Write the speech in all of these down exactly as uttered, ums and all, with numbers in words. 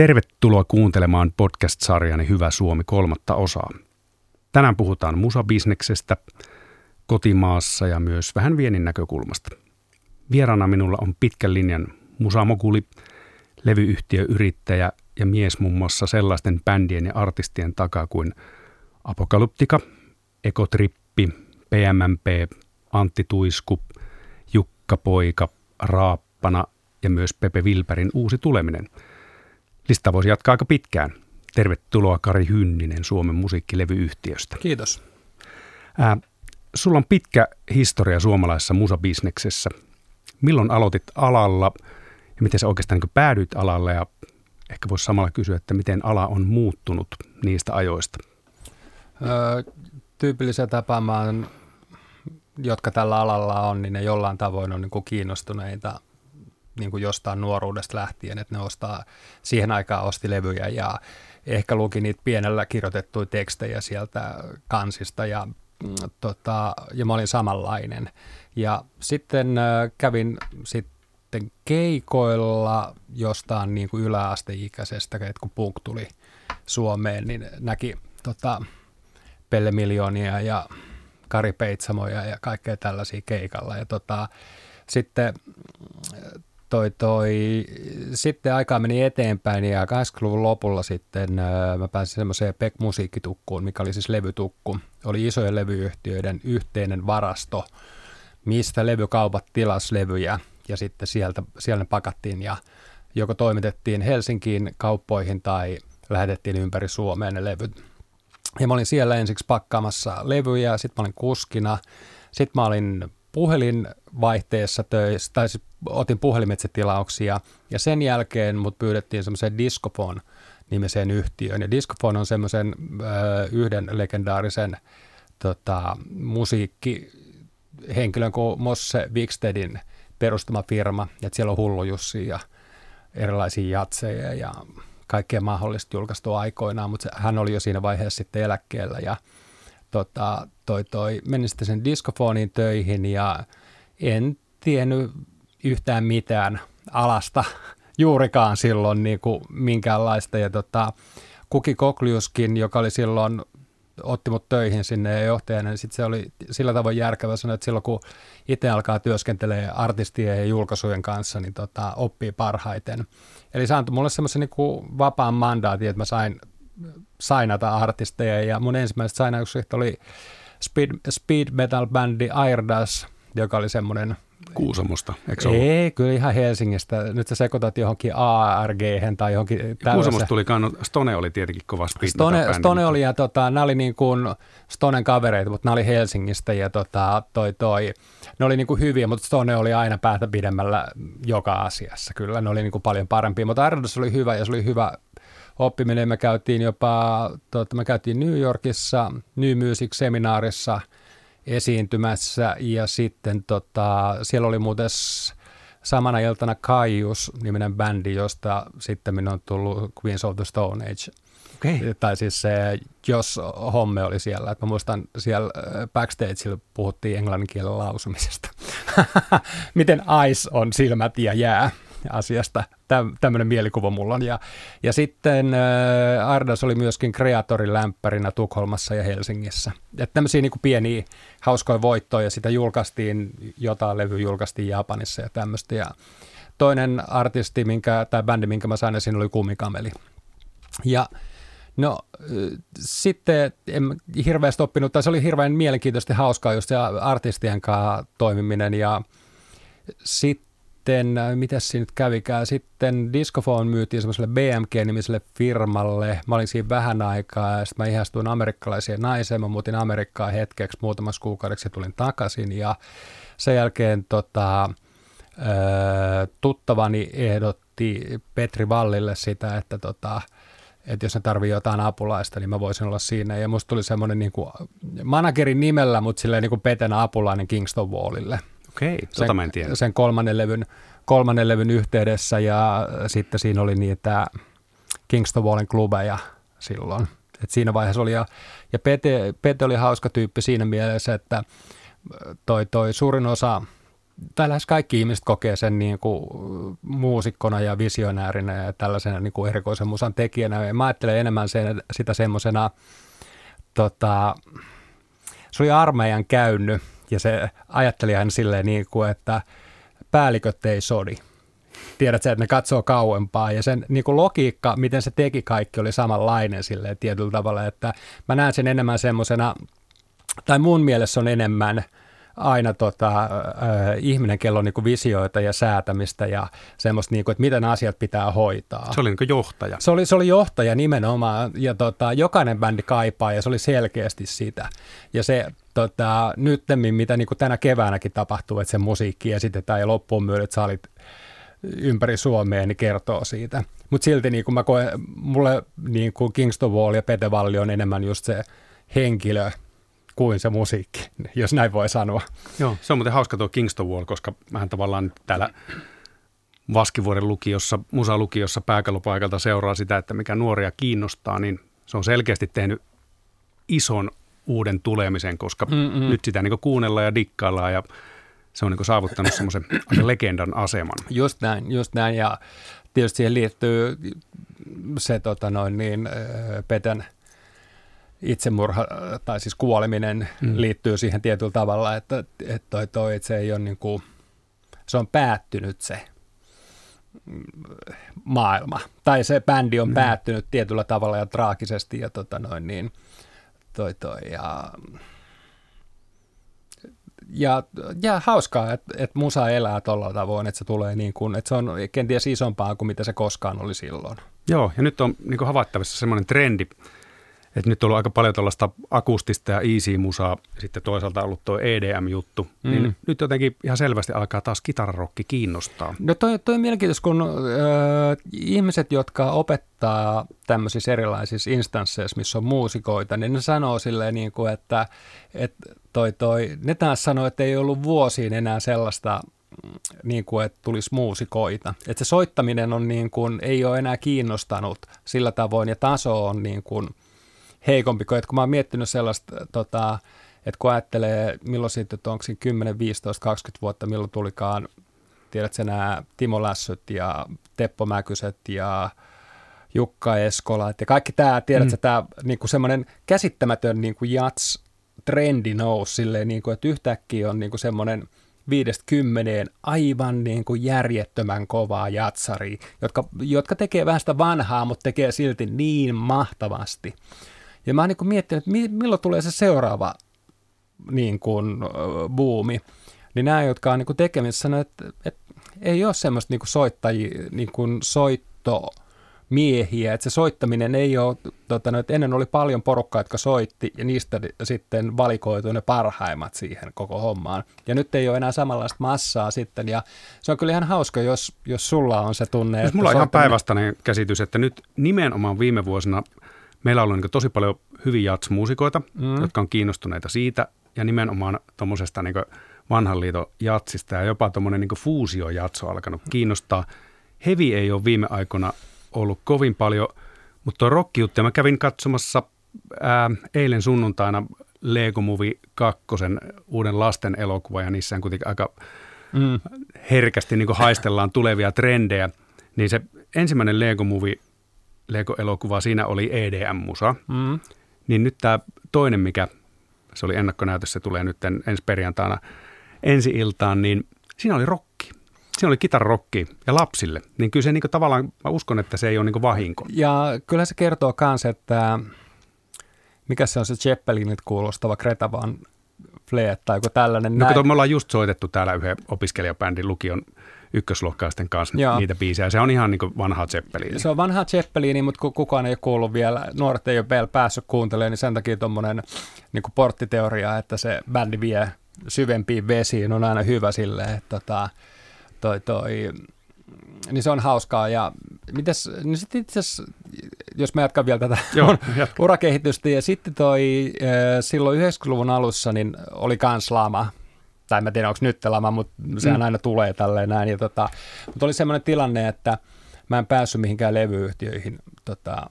Tervetuloa kuuntelemaan podcast-sarjani Hyvä Suomi kolmatta osaa. Tänään puhutaan musabisneksestä, kotimaassa ja myös vähän viennin näkökulmasta. Vieraana minulla on pitkän linjan musamokuli, levyyhtiöyrittäjä ja mies muun muassa sellaisten bändien ja artistien takaa kuin Apokalyptika, Ekotrippi, P M M P, Antti Tuisku, Jukka Poika, Raappana ja myös Pepe Wilbergin uusi tuleminen. Lista voisi jatkaa aika pitkään. Tervetuloa Kari Hynninen Suomen musiikkilevyyhtiöstä. Kiitos. Ää, sulla on pitkä historia suomalaisessa musabisneksessä. Milloin aloitit alalla ja miten sä oikeastaan niin päädyit alalle ja ehkä voisi samalla kysyä, että miten ala on muuttunut niistä ajoista? Öö, tyypillisiä tapaamaan, jotka tällä alalla on, niin ne jollain tavoin on niin kuin kiinnostuneita niin kuin jostain nuoruudesta lähtien, että ne ostaa, siihen aikaan osti levyjä ja ehkä luki niitä pienellä kirjoitettuja tekstejä sieltä kansista ja, mm, tota, ja mä olin samanlainen. Ja sitten äh, kävin sitten keikoilla jostain niin kuin yläasteikäisestä, että kun punk tuli Suomeen, niin näki tota, Pelle Miljoonia ja Kari Peitsamoja ja kaikkea tällaisia keikalla. Ja tota, sitten Toi, toi, sitten aikaa meni eteenpäin ja kahdeksankymmentäluvun lopulla sitten ää, mä pääsin semmoiseen P E C-musiikkitukkuun, mikä oli siis levytukku. Oli isojen levyyhtiöiden yhteinen varasto, mistä levykaupat tilas levyjä ja sitten sieltä, siellä ne pakattiin ja joko toimitettiin Helsinkiin kauppoihin tai lähetettiin ympäri Suomeen ne levyt. Ja mä olin siellä ensiksi pakkaamassa levyjä, sitten mä olin kuskina, sitten mä olin puhelinvaihteessa töissä, tai siis otin puhelimetsätilauksia, ja sen jälkeen mut pyydettiin semmoiseen Discofon-nimiseen yhtiöön, ja Discofon on semmoisen ö, yhden legendaarisen tota, musiikkihenkilön kuin Mosse Wikstedin perustama firma, ja siellä on Hullu Jussi ja erilaisia jatseja ja kaikkea mahdollista julkaistua aikoinaan, mutta hän oli jo siinä vaiheessa sitten eläkkeellä, ja Tota, toi, toi, menin sitten sen Discofoniin töihin ja en tiennyt yhtään mitään alasta juurikaan silloin niin kuin minkäänlaista. Ja tota, Kuki Kokliuskin, joka oli silloin, otti mut töihin sinne ja johtajana, niin sit se oli sillä tavoin järkevä sanoa, että silloin kun itse alkaa työskentelemään artistien ja julkaisujen kanssa, niin tota, oppii parhaiten. Eli se antoi mulle semmoisen niin kuin vapaan mandaatin, että mä sain sainata artisteja, ja mun ensimmäiset sainaukset oli speed, speed metal-bändi Airdas, joka oli semmoinen... Kuusamosta, eikö ollut? Ei, kyllä ihan Helsingistä. Nyt sä sekoitat johonkin A R G:hen tai johonkin tällaiseen. Kuusamosta tuli kannu, Stone oli tietenkin kova speed Stone, metal-bändi. Stone oli, ja tota, nämä oli niin kuin Stonen kavereita, mutta nämä oli Helsingistä, ja tota, toi, toi, ne oli niin kuin hyviä, mutta Stone oli aina päätä pidemmällä joka asiassa. Kyllä, ne oli niin kuin paljon parempia, mutta Airdas oli hyvä, ja se oli hyvä oppiminen. Me käytiin jopa, tota, me käytiin New Yorkissa New Music-seminaarissa esiintymässä, ja sitten tota, siellä oli muuten samana iltana Kaius-niminen bändi, josta sitten minun on tullut Queens of the Stone Age. Okay. Tai siis se Jos Homme oli siellä. Et mä muistan, siellä backstageilla puhuttiin englannin kielen lausumisesta. Miten ice on silmät ja jää asiasta. Täm, tämmöinen mielikuva mulla on. Ja, ja sitten äh, Ardas oli myöskin Kreatorin lämpärinä Tukholmassa ja Helsingissä. Että tämmöisiä niin kuin pieniä hauskoja voittoja. Sitä julkaistiin, jotain levyä julkaistiin Japanissa ja tämmöistä. Ja toinen artisti, minkä, tai bändi, minkä mä sain esiin, oli Kumikameli. Ja no sitten en hirveästi oppinut, tai se oli hirveän mielenkiintoisesti hauskaa just se artistien kanssa toimiminen. Ja sitten Sitten, mitäs siinä nyt kävikään, sitten Discofon myytiin semmoiselle B M G-nimiselle firmalle. Mä olin siinä vähän aikaa ja sitten mä ihastuin amerikkalaiseen naiseen. Mä muutin Amerikkaan hetkeksi muutamaksi kuukaudeksi ja tulin takaisin. Ja sen jälkeen tota, tuttavani ehdotti Petri Vallille sitä, että, tota, että jos ne tarvii jotain apulaista, niin mä voisin olla siinä. Ja musta tuli semmoinen niin kuin managerin nimellä, mutta silleen niin kuin Petenä apulainen Kingston Wallille. Okei, tota mä en tiedä. Sen kolmannen levyn, kolmannen levyn yhteydessä, ja sitten siinä oli niitä Kingston Wallin klubeja silloin. Et siinä vaiheessa oli, ja, ja Pete, Pete oli hauska tyyppi siinä mielessä, että toi, toi suurin osa tai lähes kaikki ihmiset kokee sen niin kuin muusikkona ja visionäärinä ja tällaisena niin kuin erikoisen musan tekijänä. Ja mä ajattelen enemmän sen, sitä semmoisena, tota, se oli armeijan käynyt ja se ajatteli aina silleen niin kuin, että päälliköt ei sodi. Tiedät sä, että ne katsoo kauempaa ja sen niin kuin logiikka, miten se teki kaikki, oli samanlainen silleen tietyllä tavalla, että mä näen sen enemmän semmoisena, tai mun mielestä on enemmän aina tota, äh, ihminen, kello on niin kuin visioita ja säätämistä ja semmoista, niin kuin, että miten asiat pitää hoitaa. Se oli niin kuin johtaja. Se oli, se oli johtaja nimenomaan ja tota, jokainen bändi kaipaa ja se oli selkeästi sitä. Ja se tota, nyttemmin, mitä niin kuin tänä keväänäkin tapahtuu, että se musiikki esitetään ja loppuun myödyt salit ympäri Suomea, niin kertoo siitä. Mutta silti niin kuin mä koen, mulle niin kuin Kingston Wall ja Pete Valli on enemmän just se henkilö kuin se musiikki, jos näin voi sanoa. Joo, se on muuten hauska tuo Kingston Wall, koska mähän tavallaan täällä Vaskivuoren lukiossa, musalukiossa pääkallopaikalta seuraa sitä, että mikä nuoria kiinnostaa, niin se on selkeästi tehnyt ison uuden tulemisen, koska Mm-mm. nyt sitä niin kuin kuunnellaan ja dikkaillaan ja se on niin kuin saavuttanut semmoisen legendan aseman. Just näin, just näin ja tietysti siihen liittyy se tota noin niin, Peten itsemurha tai siis kuoleminen mm. liittyy siihen tietyllä tavalla, että, että, toi, toi, että se ei ole niin kuin, se on päättynyt se maailma. Tai se bändi on mm. päättynyt tietyllä tavalla ja traagisesti ja tota noin niin, toi, toi, ja, ja, ja hauskaa, että, että musa elää tuolla tavoin, että se tulee niin kuin, että se on kenties isompaa kuin mitä se koskaan oli silloin. Joo, ja nyt on niin kuin havaittavissa semmoinen trendi, että nyt on ollut aika paljon tällaista akustista ja easy-musaa, sitten toisaalta ollut tuo E D M-juttu, mm. niin nyt jotenkin ihan selvästi alkaa taas kitararokki kiinnostaa. No toi, toi on mielenkiintoista, kun ö, ihmiset, jotka opettaa tämmöisissä erilaisissa instansseissa, missä on muusikoita, niin ne sanoo silleen niin kuin, että, että toi, toi, ne taas sanoo, että ei ollut vuosiin enää sellaista, niin kuin, että tulisi muusikoita. Että se soittaminen on niin kuin, ei ole enää kiinnostanut sillä tavoin ja taso on niin kuin heikompi, kun mä oon miettinyt sellaista, tota, että kun ajattelee, milloin sitten, että onko siinä kymmenen, viisitoista, kaksikymmentä vuotta, milloin tulikaan, tiedätkö nämä Timo Lässöt ja Teppo Mäkyset ja Jukka Eskola ja kaikki tämä, tiedätkö, mm. tämä niinku semmoinen käsittämätön niinku jats-trendi nousi silleen, niinku, että yhtäkkiä on niinku semmoinen viidestä kymmeneen aivan niin kuin järjettömän kovaa jatsaria, jotka, jotka tekee vähän sitä vanhaa, mutta tekee silti niin mahtavasti. Ja mä oon niin kuin miettinyt, että milloin tulee se seuraava niin kuin, buumi. Niin nämä, jotka on niin kuin tekemisissä, sanoo, että, että ei ole semmoista niin kuin soittajia, niin kuin soittomiehiä, että se soittaminen ei ole, tota, että ennen oli paljon porukkaa, jotka soitti, ja niistä sitten valikoitui ne parhaimmat siihen koko hommaan. Ja nyt ei ole enää samanlaista massaa sitten, ja se on kyllä ihan hauska, jos, jos sulla on se tunne. Jos mulla on ihan päinvastainen käsitys, että nyt nimenomaan viime vuosina meillä on ollut niin tosi paljon hyviä jats-muusikoita, mm. jotka on kiinnostuneita siitä, ja nimenomaan tuommoisesta niin vanhan liiton jatsista, ja jopa tuommoinen niin fuusio-jatso on alkanut kiinnostaa. Heavy ei ole viime aikoina ollut kovin paljon, mutta tuo rock-juttu, mä kävin katsomassa ää, eilen sunnuntaina Lego Movie kaksi uuden lasten elokuva, ja niissä on kuitenkin aika mm. herkästi niin haistellaan tulevia trendejä, niin se ensimmäinen Lego Movie Lego-elokuva, siinä oli E D M-musa, mm. niin nyt tämä toinen, mikä se oli ennakkonäytös, se tulee nyt ensi perjantaina ensi iltaan, niin siinä oli rokki. Siinä oli kitararokki ja lapsille. Niin kyllä se niin kuin, tavallaan, mä uskon, että se ei ole niin kuin vahinko. Ja kyllä se kertoo myös, että mikä se on se Zeppelinit kuulostava Greta Van Fleet tai joku tällainen. No kato, me ollaan just soitettu täällä yhden opiskelijabändin lukion ykkösluokkaisten kanssa Joo. niitä biisejä. Se on ihan niin kuin vanha Zeppelini. Se on vanha Zeppelini, mutta kukaan ei ole kuullut vielä, nuoret ei ole vielä päässyt kuuntelemaan, niin sen takia tuommoinen niin kuin porttiteoria, että se bändi vie syvempiin vesiin, on aina hyvä silleen, että tota, toi, toi, niin se on hauskaa. Ja mites, niin sitten itse asiassa, jos mä jatkan vielä tätä Joo, jatka. urakehitystä, ja sitten toi silloin yhdeksänkymmentäluvun alussa niin oli kans lama, tai en tiedä onko nyt lama, mutta sehän mm. aina tulee tälleen näin. Ja tota, mutta oli semmoinen tilanne, että mä en päässyt mihinkään levyyhtiöihin tota,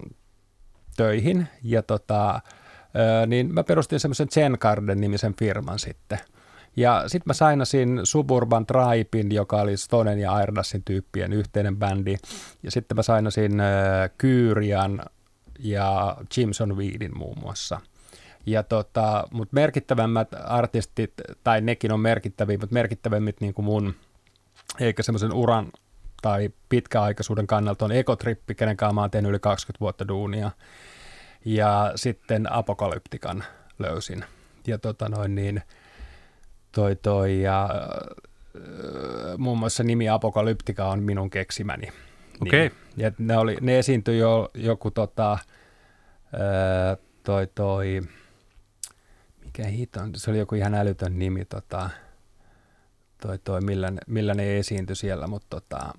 töihin, ja tota, niin mä perustin semmoisen Zen Garden-nimisen firman sitten. Ja sitten mä sainasin Suburban Triben, joka oli Stonen ja Airdasin tyyppien yhteinen bändi. Ja sitten mä sainasin äh, Kyyrian ja Jimson Weedin muun muassa. Ja tota, mutta merkittävämmät artistit, tai nekin on merkittäviä, mutta merkittävämmät niin kuin mun, eikä semmoisen uran tai pitkäaikaisuuden kannalta on Ecotrippi, kenen kanssa mä oon tehnyt yli kaksikymmentä vuotta duunia. Ja sitten Apokalyptikan löysin. Ja tota noin niin, toi toi, ja äh, muun muassa nimi Apokalyptika on minun keksimäni. Okei. Okay. Niin, ja ne, oli, ne esiintyi jo joku tota, äh, toi toi, mikä hito on, se oli joku ihan älytön nimi, tota, toi toi, millä ne, millä ne esiintyi siellä, mutta tota,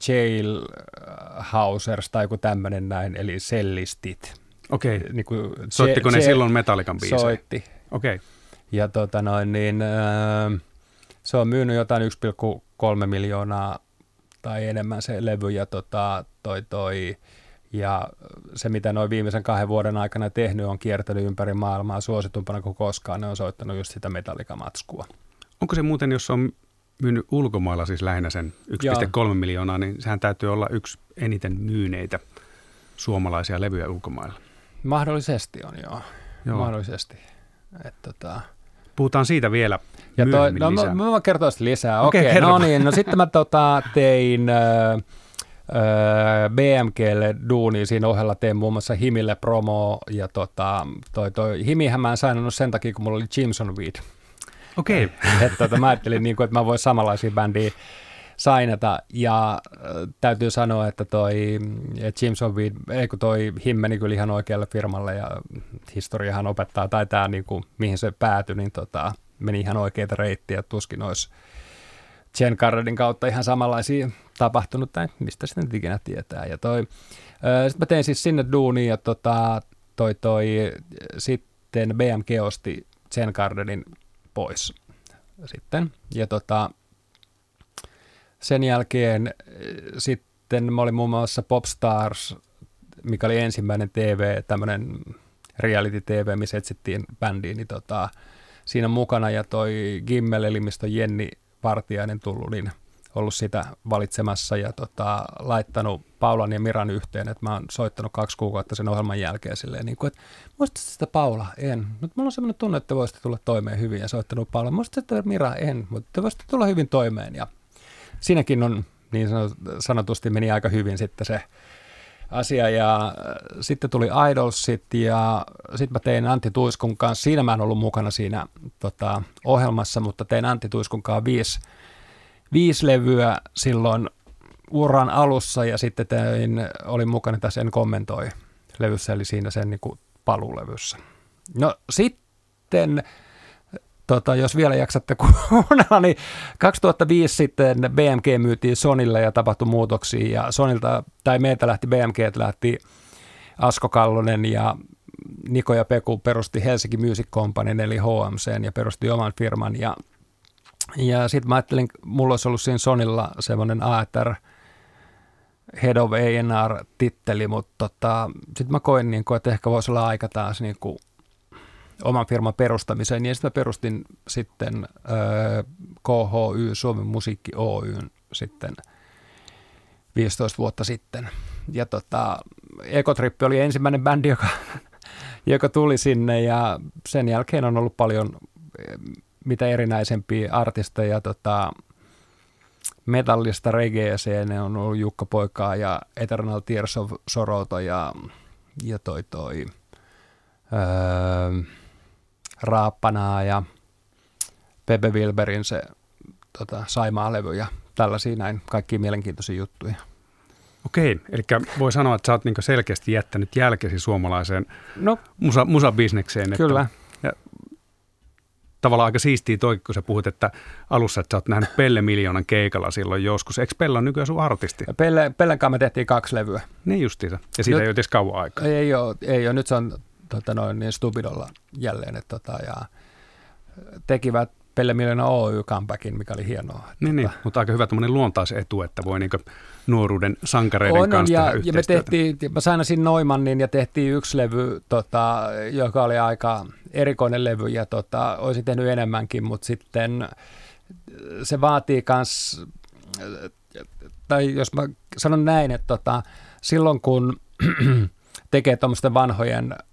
Jailhousers tai joku tämmöinen näin, eli sellistit. Okei. Niin kuin, soittiko se, ne se, silloin Metallican biisejä? Soitti. Okei. Ja tota noin, niin, äh, se on myynyt jotain yksi pilkku kolme miljoonaa tai enemmän se levy ja tota, toi toi, ja se mitä noin viimeisen kahden vuoden aikana tehnyt on kiertänyt ympäri maailmaa suositumpana kuin koskaan, ne on soittanut just sitä Metallica-matskua. Onko se muuten, jos on myynyt ulkomailla siis lähinnä sen yksi pilkku kolme miljoonaa, niin sehän täytyy olla yksi eniten myyneitä suomalaisia levyjä ulkomailla? Mahdollisesti on, joo. joo. Mahdollisesti. Et, tota... Puhutaan siitä vielä ja toi, myöhemmin no, lisää. Mä, mä kertoa sitä lisää. Okei, okay, no niin. No sitten mä tota, tein äh, äh, B M G:lle duunia siinä ohella, tein muun muassa Himille promo ja tota, toi, toi, Himihän mä en sainannut sen takia, kun mulla oli Jimson Weed. Okei. Okay. Tota, mä ajattelin, niin kuin, että mä voin samanlaisia bändiä sainata, ja äh, täytyy sanoa, että toi Jimson Weed, ei kun toi Him meni kyllä ihan oikealle firmalle, ja historiahan opettaa, tai tämä niin kuin, mihin se päätyi, niin tota, meni ihan oikeita reittiä, tuskin olisi Jen Carradin kautta ihan samanlaisia tapahtunut, tai mistä sitten ikinä tietää. Ja toi, äh, sitten mä tein siis sinne duunia, ja tota, toi, toi, sitten B M G osti Jen Carradin pois sitten, ja tota, sen jälkeen sitten mä olin muun muassa Popstars, mikä oli ensimmäinen T V, tämmöinen reality-T V, missä etsittiin bändiä, niin tota, siinä mukana, ja toi Gimmel-elimistön Jenni Vartiainen tullut, niin ollut sitä valitsemassa ja tota, laittanut Paulan ja Miran yhteen, että mä oon soittanut kaksi kuukautta sen ohjelman jälkeen silleen, niin kuin, että muistatko sitä Paula? En. Mutta mulla on sellainen tunne, että te voisitte tulla toimeen hyvin, ja soittanut Paula. Muistatko sitä Mira? En. Mutta te voisitte tulla hyvin toimeen, ja siinäkin on niin sanotusti meni aika hyvin sitten se asia, ja sitten tuli Idolsit, ja sitten mä tein Antti Tuiskun kanssa, siinä mä en ollut mukana siinä tota, ohjelmassa, mutta tein Antti Tuiskun kanssa viisi, viisi levyä silloin uran alussa, ja sitten tein, olin mukana tässä En kommentoi levyssä, eli siinä sen niin kuin paluulevyssä. No sitten... Tota, jos vielä jaksatte kuunnella, niin kaksituhattaviisi sitten B M G myytiin Sonylle ja tapahtui muutoksia, ja Sonylta, tai meiltä lähti B M G, lähti Asko Kallonen, ja Niko ja Peku perusti Helsinki Music Companyn eli H M C:n ja perusti oman firman, ja, ja sitten mä ajattelin, mulla olisi ollut siinä Sonylla semmoinen A R Head of A and R-titteli, mutta tota, sitten mä koin, niin kuin, että ehkä voisi olla aika taas niin kuin oman firman perustamiseen, ja sitten mä perustin sitten öö, K H Y, Suomen Musiikki Oyn sitten viisitoista vuotta sitten. Ja tota, Ecotrippi oli ensimmäinen bändi, joka, joka tuli sinne, ja sen jälkeen on ollut paljon mitä erinäisempiä artisteja, tota, metallista regeeseen, ne on ollut Jukka Poikaa ja Eternal Tears of Sorrowta ja, ja toi toi öö, Raappanaa ja Pepe Wilberin se tota, Saimaa-levy ja tällaisia näin kaikkia mielenkiintoisia juttuja. Okei, eli voi sanoa, että sä oot niinku selkeästi jättänyt jälkesi suomalaiseen no, musa, musabisnekseen. Kyllä. Että, ja tavallaan aika siistiä toi, kun sä puhut, että alussa, että sä oot nähnyt Pelle Miljoonan keikalla silloin joskus. Eikö Pelle on nykyään sun artisti? Pelle, Pellen kanssa me tehtiin kaksi levyä. Niin justiinsa. Ja siitä nyt, ei ole edes kauan aikaa. Ei, ei ole, ei ole. Nyt se on tota, noin, niin Stupidolla jälleen. Että, tota, ja tekivät Pelle Miljoona Oy comebackin, mikä oli hienoa. Niin, niin, mutta aika hyvä tämmöinen luontaisetu, että voi niinku nuoruuden sankareiden on, kanssa ja, tehdä ja yhteistyötä. me tehtiin, mä sainasin Neumannin ja tehtiin yksi levy, tota, joka oli aika erikoinen levy ja tota, olisin tehnyt enemmänkin, mutta sitten se vaatii kans, tai jos mä sanon näin, että tota, silloin kun tekee tuommoisten vanhojen äh,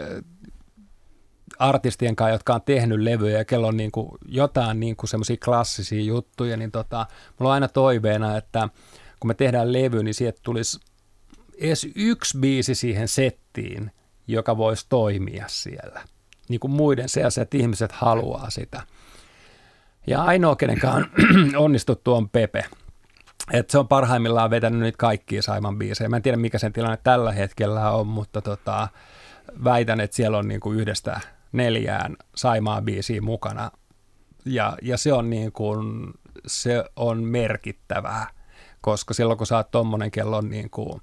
artistien kanssa, jotka on tehnyt levyjä ja kello on niin kuin jotain niin kuin semmoisia klassisia juttuja, niin tota, mulla on aina toiveena, että kun me tehdään levy, niin sieltä tulisi edes yksi biisi siihen settiin, joka voisi toimia siellä. Niin kuin muiden seassa, että ihmiset haluaa sitä. Ja ainoa, kenenkaan on onnistuttu, on Pepe. Et se on parhaimmillaan vetänyt niitä kaikkia Saiman biisejä. Mä en tiedä, mikä sen tilanne tällä hetkellä on, mutta tota, väitän, että siellä on niinku yhdestä neljään Saimaa biisiä mukana. Ja, ja se, on niinku, se on merkittävää, koska silloin kun sä oot tommonen, kello on niinku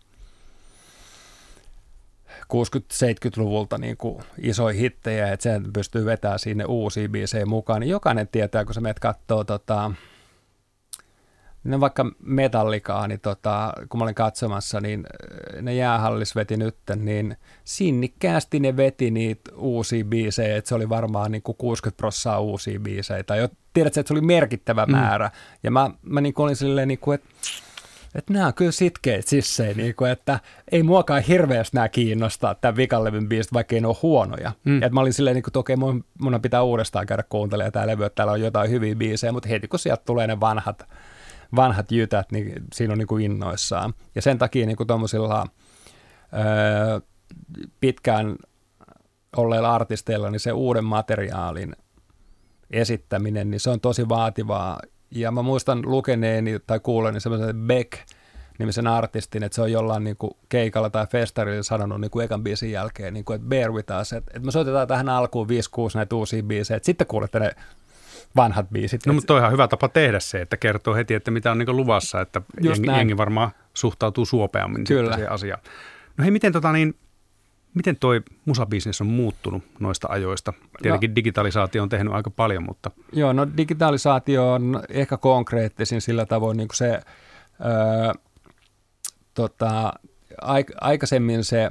kuusikymmentä-seitsemänkymmentäluvulta niin kuin isoja hittejä, että sen pystyy vetämään sinne uusia biisejä mukaan, niin jokainen tietää, kun sä menet katsoo tota, no vaikka Metallicaa, niin tota, kun mä olin katsomassa, niin ne jäähallis veti nytten, niin sinnikkäästi ne veti niitä uusia biisejä, että se oli varmaan niin kuin kuusikymmentä prosenttia uusia biisejä, tai jo, tiedätkö, että se oli merkittävä mm. määrä, ja mä, mä niin kuin olin silleen, niin kuin, että että nämä on kyllä sitkeitä sissejä, niin kuin, että ei muakaan hirveästi nämä kiinnostaa tämän vikanlevyn biisit, vaikka ei ne ole huonoja. Mm. Ja että mä olin silleen, niin kuin, että okei, mun, mun pitää uudestaan käydä kuuntelemaan tämä levy, että täällä on jotain hyviä biisejä, mutta heti kun sieltä tulee ne vanhat, vanhat jytät, niin siinä on niin kuin innoissaan. Ja sen takia niin kuin tuommoisilla öö, pitkään olleilla artisteilla, niin se uuden materiaalin esittäminen, niin se on tosi vaativaa. Ja mä muistan lukeneeni tai kuuleni semmoisen Beck-nimisen artistin, että se on jollain niin kuin keikalla tai festarilla sanonut niin kuin ekan biisin jälkeen, niin kuin, että bear with us, että, että me soitetaan tähän alkuun viisi kuusi näitä uusia biisejä, että sitten kuulette ne vanhat biisit. No, mutta toi on ihan hyvä tapa tehdä se, että kertoo heti, että mitä on niin kuin luvassa, että jengi, jengi varmaan suhtautuu suopeammin siihen asiaan. No hei, miten tota niin, miten toi musabisnes on muuttunut noista ajoista? Tietenkin no, digitalisaatio on tehnyt aika paljon, mutta... Joo, no digitalisaatio on ehkä konkreettisin sillä tavoin, niin kuin se öö, tota, aik- aikaisemmin se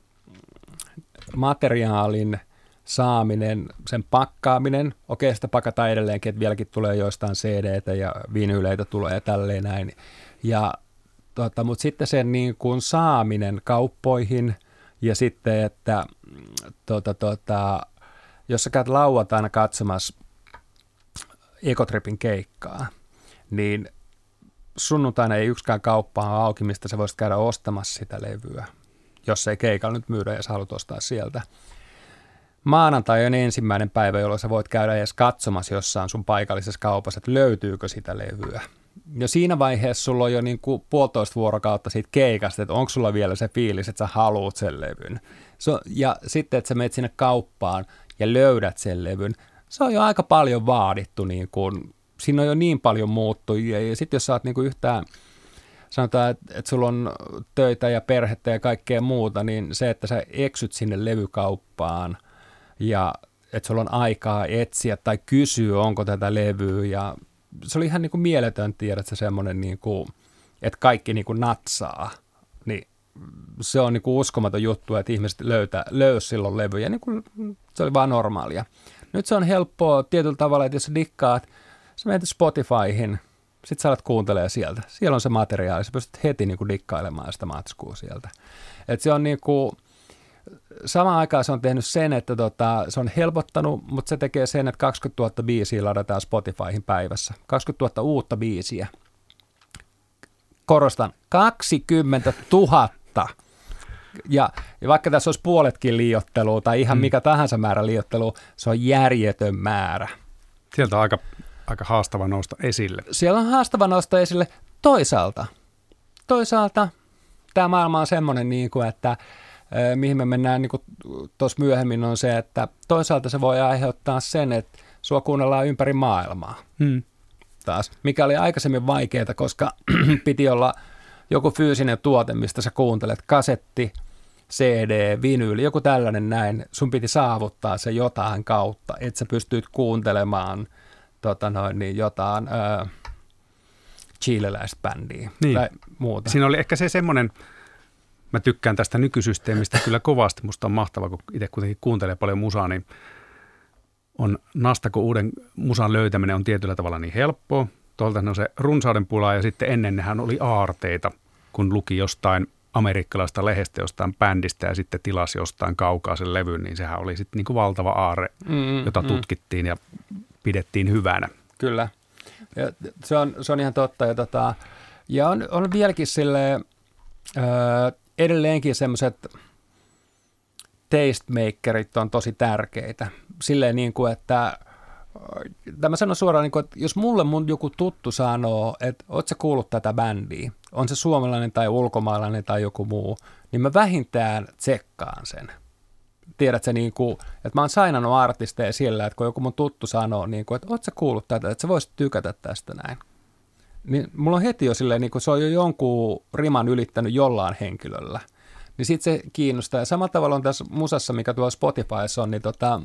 materiaalin saaminen, sen pakkaaminen, okei, sitä pakataan edelleenkin, että vieläkin tulee joistain C D:tä ja vinyyleitä tulee ja tälleen näin, ja, tota, mutta sitten sen niin kuin saaminen kauppoihin. Ja sitten, että tuota, tuota, jos sä käyt lauantaina katsomassa Ekotripin keikkaa, niin sunnuntaina ei yksikään kauppa ole auki, mistä sä voisit käydä ostamassa sitä levyä, jos ei keikalla nyt myydä ja sä haluat ostaa sieltä. Maanantai on ensimmäinen päivä, jolloin sä voit käydä edes katsomassa jossain sun paikallisessa kaupassa, että löytyykö sitä levyä. Ja siinä vaiheessa sulla on jo niin kuin puolitoista vuorokautta siitä keikasta, että onko sulla vielä se fiilis, että sä haluut sen levyn. So, ja sitten, että sä menet sinne kauppaan ja löydät sen levyn, se on jo aika paljon vaadittu. Niin kuin, siinä on jo niin paljon muuttujia. Ja sitten jos sä oot niin kuin yhtään, sanotaan, että, että sulla on töitä ja perhettä ja kaikkea muuta, niin se, että sä eksyt sinne levykauppaan ja että sulla on aikaa etsiä tai kysyä, onko tätä levyä ja se oli ihan niin kuin mieletön tiedä, että se semmoinen, niin kuin, että kaikki niin kuin natsaa, niin se on niin kuin uskomaton juttu, että ihmiset löytää, löysi silloin levyjä, niin kuin se oli vaan normaalia. Nyt se on helppoa tietyllä tavalla, että jos sä dikkaat, sä menet Spotifyhin, sit sä alat kuuntelemaan sieltä. Siellä on se materiaali, sä pystyt heti niin kuin dikkailemaan sitä matskua sieltä. Et se on niin kuin, samaan aikaan se on tehnyt sen, että tota, se on helpottanut, mutta se tekee sen, että kaksikymmentätuhatta biisiä ladataan Spotifyhin päivässä. kaksikymmentätuhatta uutta biisiä. Korostan, kaksikymmentätuhatta. Ja, ja vaikka tässä olisi puoletkin liioittelua tai ihan mm. mikä tahansa määrä liioittelua, se on järjetön määrä. Sieltä on aika, aika haastava nousta esille. Siellä on haastava nousta esille toisaalta. Toisaalta tämä maailma on semmoinen, niin kuin, että mihin me mennään niin tuossa myöhemmin on se, että toisaalta se voi aiheuttaa sen, että sua kuunnellaan ympäri maailmaa hmm. taas, mikä oli aikaisemmin vaikeaa, koska piti olla joku fyysinen tuote, mistä sä kuuntelet, kasetti, C D, vinyyli, joku tällainen näin, sun piti saavuttaa se jotain kautta, että sä pystyt kuuntelemaan tota noin, niin jotain äh, chileläistä bändiä niin. Tai muuta. Siinä oli ehkä se semmoinen, mä tykkään tästä nykysysteemistä kyllä kovasti, musta on mahtavaa, kun itse kuitenkin kuuntelee paljon musaa, niin on Nastako uuden musan löytäminen on tietyllä tavalla niin helppoa. Tuolta on se runsauden pula ja sitten ennen nehän oli aarteita, kun luki jostain amerikkalaista lehdestä, jostain bändistä ja sitten tilasi jostain kaukaa sen levyn, niin sehän oli sitten niin kuin valtava aarre, mm, jota mm. tutkittiin ja pidettiin hyvänä. Kyllä, ja se, on, se on ihan totta. Ja, tota, ja on, on vieläkin silleen, öö, edelleenkin semmoiset tastemakerit on tosi tärkeitä. Silleen niin kuin, että tämä sanon suoraan, niin kuin, että jos mulle mun joku tuttu sanoo, että oot sä kuullut tätä bändiä, on se suomalainen tai ulkomaalainen tai joku muu, niin mä vähintään tsekkaan sen. Tiedätkö, niin kuin, että mä oon sainannut artisteja sillä, että kun joku mun tuttu sanoo, niin kuin, että oot sä kuullut tätä, että sä voisit tykätä tästä näin. Niin mulla on heti jo silleen, niin kuin se on jo jonkun riman ylittänyt jollain henkilöllä. Niin sit se kiinnostaa. Ja samalla tavalla on tässä musassa, mikä tuolla Spotifyssa on, niin tota,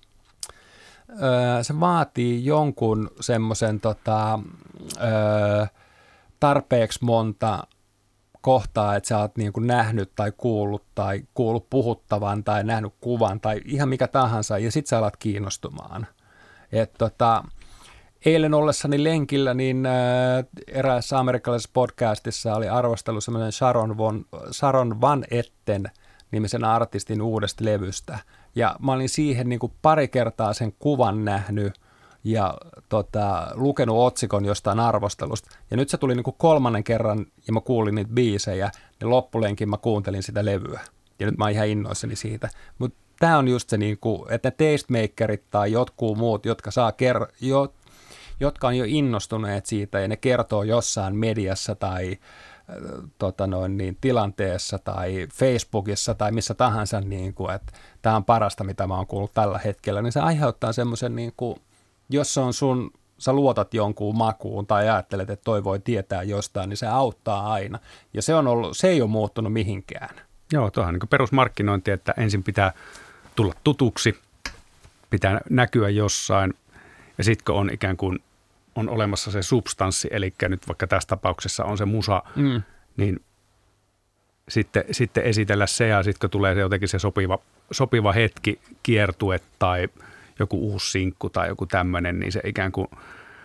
öö, se vaatii jonkun semmoisen tota, öö, tarpeeksi monta kohtaa, että sä oot niin kuin nähnyt tai kuullut tai kuullut puhuttavan tai nähnyt kuvan tai ihan mikä tahansa, ja sit sä alat kiinnostumaan. Et tota, eilen ollessani lenkillä, niin äh, eräässä amerikkalaisessa podcastissa oli arvostelu semmoinen Sharon, von, Sharon Van Etten nimisen artistin uudesta levystä. Ja mä olin siihen niin kuin pari kertaa sen kuvan nähnyt ja tota, lukenut otsikon jostain arvostelusta. Ja nyt se tuli niin kuin kolmannen kerran ja mä kuulin niitä biisejä, niin loppulenkin mä kuuntelin sitä levyä. Ja nyt mä oon ihan innoissani siitä. Mutta tää on just se, niin kuin, että ne tastemakerit tai jotkut muut, jotka saa ker- jo, jotka on jo innostuneet siitä ja ne kertoo jossain mediassa tai äh, tota noin, niin, tilanteessa tai Facebookissa tai missä tahansa, niin kuin, että tämä on parasta, mitä mä oon kuullut tällä hetkellä, niin se aiheuttaa semmoisen, niin kuin, jos se on sun, sä luotat jonkun makuun tai ajattelet, että toi voi tietää jostain, niin se auttaa aina. Ja se, on ollut, se ei ole muuttunut mihinkään. Joo, tuohan niin perusmarkkinointi, että ensin pitää tulla tutuksi, pitää näkyä jossain ja sitten kun on ikään kuin on olemassa se substanssi, eli nyt vaikka tässä tapauksessa on se musa, mm. niin sitten, sitten esitellä se ja sitten kun tulee se jotenkin se sopiva, sopiva hetki, kiertue tai joku uusi sinkku tai joku tämmöinen, niin se ikään kuin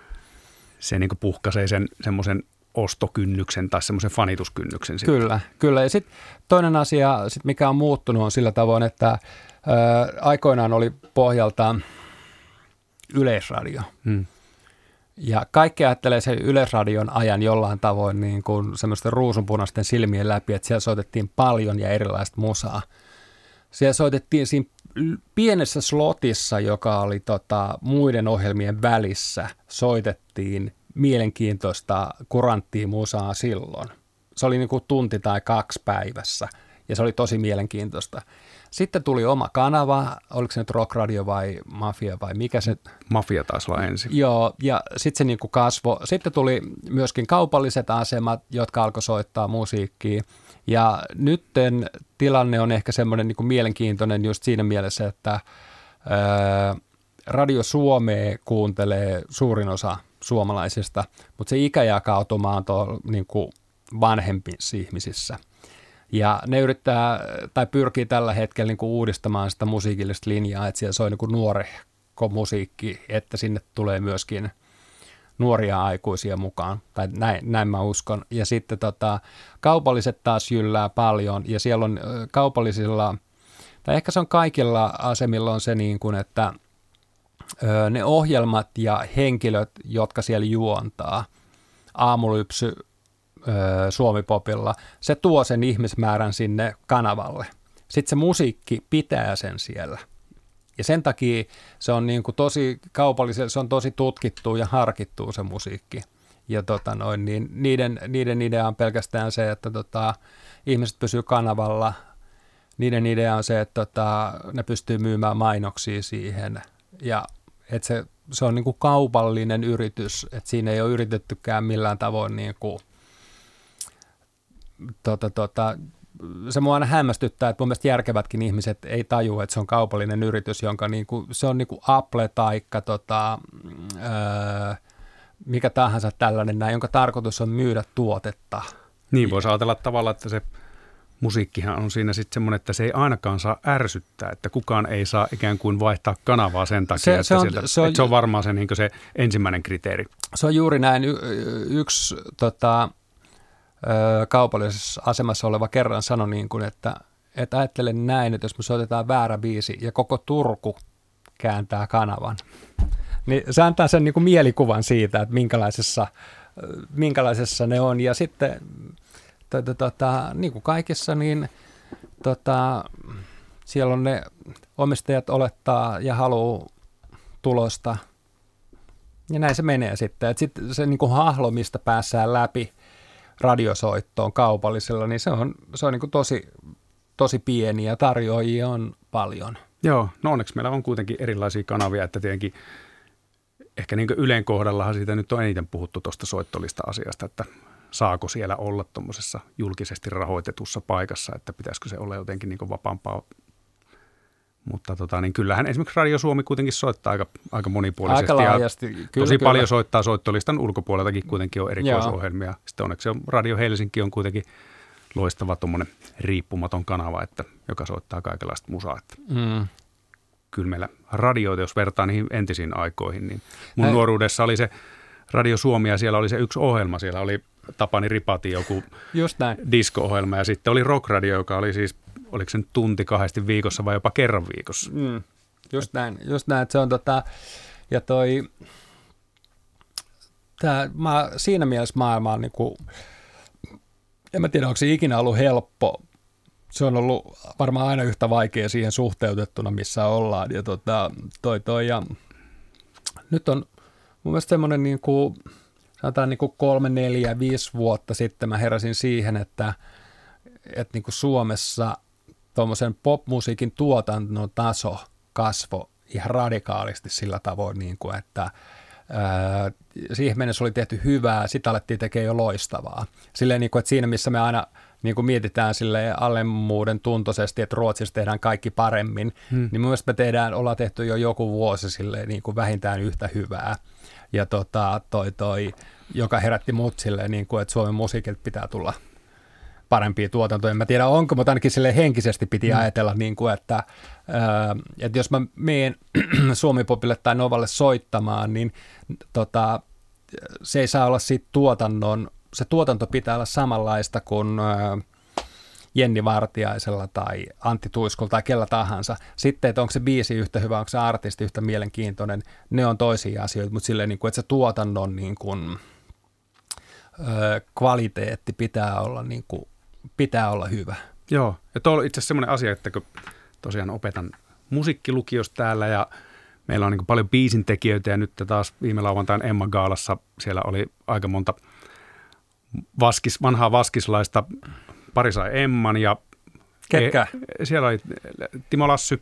se niin kuin puhkaisee sen semmoisen ostokynnyksen tai semmoisen fanituskynnyksen. Sitten. Kyllä, kyllä. Ja sitten toinen asia, sit mikä on muuttunut, on sillä tavoin, että ää, aikoinaan oli pohjalta Yleisradio. Hmm. Ja kaikki ajattelee sen Yleisradion ajan jollain tavoin niin kuin semmoisten ruusunpunaisten silmien läpi, että siellä soitettiin paljon ja erilaista musaa. Siellä soitettiin siinä pienessä slotissa, joka oli tota, muiden ohjelmien välissä, soitettiin mielenkiintoista kuranttia musaa silloin. Se oli niin kuin tunti tai kaksi päivässä ja se oli tosi mielenkiintoista. Sitten tuli oma kanava, oliko se nyt Rock Radio vai Mafia vai mikä se? Mafia taisi olla ensin. Joo, ja sitten se niin kuin kasvoi. Sitten tuli myöskin kaupalliset asemat, jotka alkoi soittaa musiikkia. Ja nytten tilanne on ehkä semmoinen niin kuin mielenkiintoinen just siinä mielessä, että ää, Radio Suomea kuuntelee suurin osa suomalaisista, mutta se ikäjakautuma on tuolla niin kuin vanhemmissa ihmisissä. Ja ne yrittää tai pyrkii tällä hetkellä niin kuin uudistamaan sitä musiikillista linjaa, että siellä soi niin kuin nuorehko musiikki, että sinne tulee myöskin nuoria aikuisia mukaan, tai näin, näin mä uskon. Ja sitten tota, kaupalliset taas jyllää paljon, ja siellä on kaupallisilla, tai ehkä se on kaikilla asemilla on se niin kuin, että ö, ne ohjelmat ja henkilöt, jotka siellä juontaa, Aamulypsy, Suomi-popilla, se tuo sen ihmismäärän sinne kanavalle. Sitten se musiikki pitää sen siellä. Ja sen takia se on niin kuin tosi kaupallisesti, se on tosi tutkittu ja harkittu se musiikki. Ja tota noin, niin niiden, niiden idea on pelkästään se, että tota, ihmiset pysyy kanavalla. Niiden idea on se, että tota, ne pystyy myymään mainoksia siihen. Ja että se, se on niin kuin kaupallinen yritys, että siinä ei ole yritettykään millään tavoin niin kuin Tota, tota, se mua aina hämmästyttää, että mun mielestä järkevätkin ihmiset ei tajua, että se on kaupallinen yritys, jonka niinku, se on niinku Apple taikka tota, öö, mikä tahansa tällainen näin, jonka tarkoitus on myydä tuotetta. Niin voisi ajatella tavallaan, että se musiikkihan on siinä sitten semmoinen, että se ei ainakaan saa ärsyttää, että kukaan ei saa ikään kuin vaihtaa kanavaa sen takia, se, että, se on, sieltä, se on, että se on varmaan se, niin se ensimmäinen kriteeri. Se on juuri näin. Y- yksi tota, ö, kaupallisessa asemassa oleva kerran sanoi, niin kuin, että, että ajattele näin, että jos me soitetaan väärä biisi ja koko Turku kääntää kanavan, niin se antaa sen niin kuin mielikuvan siitä, että minkälaisessa, minkälaisessa ne on. Ja sitten Tota, tota, niin kuin kaikissa, niin tota, siellä on ne omistajat olettaa ja haluaa tulosta. Ja näin se menee sitten. Sitten se niin kuin hahlo, mistä päässään läpi radiosoittoon kaupallisella, niin se on, se on niin kuin tosi, tosi pieni ja tarjoajia on paljon. Joo, no onneksi meillä on kuitenkin erilaisia kanavia, että tietenkin ehkä niin kuin Ylen kohdallahan siitä nyt on eniten puhuttu tuosta soittolista-asiasta, että saako siellä olla tuommoisessa julkisesti rahoitetussa paikassa, että pitäisikö se olla jotenkin niin kuin vapaampaa. Mutta tota, niin kyllähän esimerkiksi Radio Suomi kuitenkin soittaa aika, aika monipuolisesti. Aika laajasti. Ja kyllä, tosi kyllä. paljon soittaa soittolistan ulkopuoleltakin kuitenkin on erikoisohjelmia. Joo. Sitten onneksi on Radio Helsinki on kuitenkin loistava tuommoinen riippumaton kanava, että, joka soittaa kaikenlaista musaa. Että mm. Kyllä meillä radioita, jos vertaa niihin entisiin aikoihin, niin mun Ä... nuoruudessa oli se Radio Suomi ja siellä oli se yksi ohjelma. Siellä oli Tapani Ripati joku disco-ohjelma ja sitten oli Rock Radio, joka oli siis, oliko se nyt tunti kahdesti viikossa vai jopa kerran viikossa. Mm, just näin, just näin, että se on tota, ja toi, tää, mä, siinä mielessä maailma on niinku, en mä tiedä, onko se ikinä ollut helppo, se on ollut varmaan aina yhtä vaikea siihen suhteutettuna, missä ollaan ja tota, toi toi ja nyt on mun mielestä semmoinen niin kuin, sanotaan niin kuin kolme, neljä, viisi vuotta sitten mä heräsin siihen, että, että niin kuin Suomessa tuommoisen popmusiikin tuotannon taso kasvoi ihan radikaalisti sillä tavoin, niin kuin, että ää, siihen mennessä oli tehty hyvää, sitä alettiin tekemään jo loistavaa. Silleen, niin kuin, että siinä missä me aina niin kuin mietitään silleen alemmuuden tuntoisesti, että Ruotsissa tehdään kaikki paremmin, hmm. niin mun mielestä me tehdään, ollaan tehty jo joku vuosi silleen, niin kuin vähintään yhtä hyvää. Ja tota, toi, toi, joka herätti mut silleen, niin kuin, että Suomen musiikilta pitää tulla parempia tuotantoja. En mä tiedä onko, mutta ainakin silleen henkisesti piti mm. ajatella, niin kuin, että, ää, että jos mä menen Suomi-popille tai Novalle soittamaan, niin tota, se ei saa olla siitä tuotannon, se tuotanto pitää olla samanlaista kuin ää, Jenni Vartiaisella tai Antti Tuiskulla tai kellä tahansa. Sitten, että onko se biisi yhtä hyvä, onko se artisti yhtä mielenkiintoinen, ne on toisia asioita, mutta silleen, niin kuin, että se tuotannon niin kuin, ö, kvaliteetti pitää olla, niin kuin, pitää olla hyvä. Joo, ja tuo on itse asiassa semmoinen asia, että kun tosiaan opetan musiikkilukiossa täällä ja meillä on niin kuin paljon biisintekijöitä ja nyt taas viime lauantain Emma Gaalassa siellä oli aika monta vaskis, vanhaa vaskislaista. Pari sai Emman ja Ketkä? E, siellä oli Timo Lassy,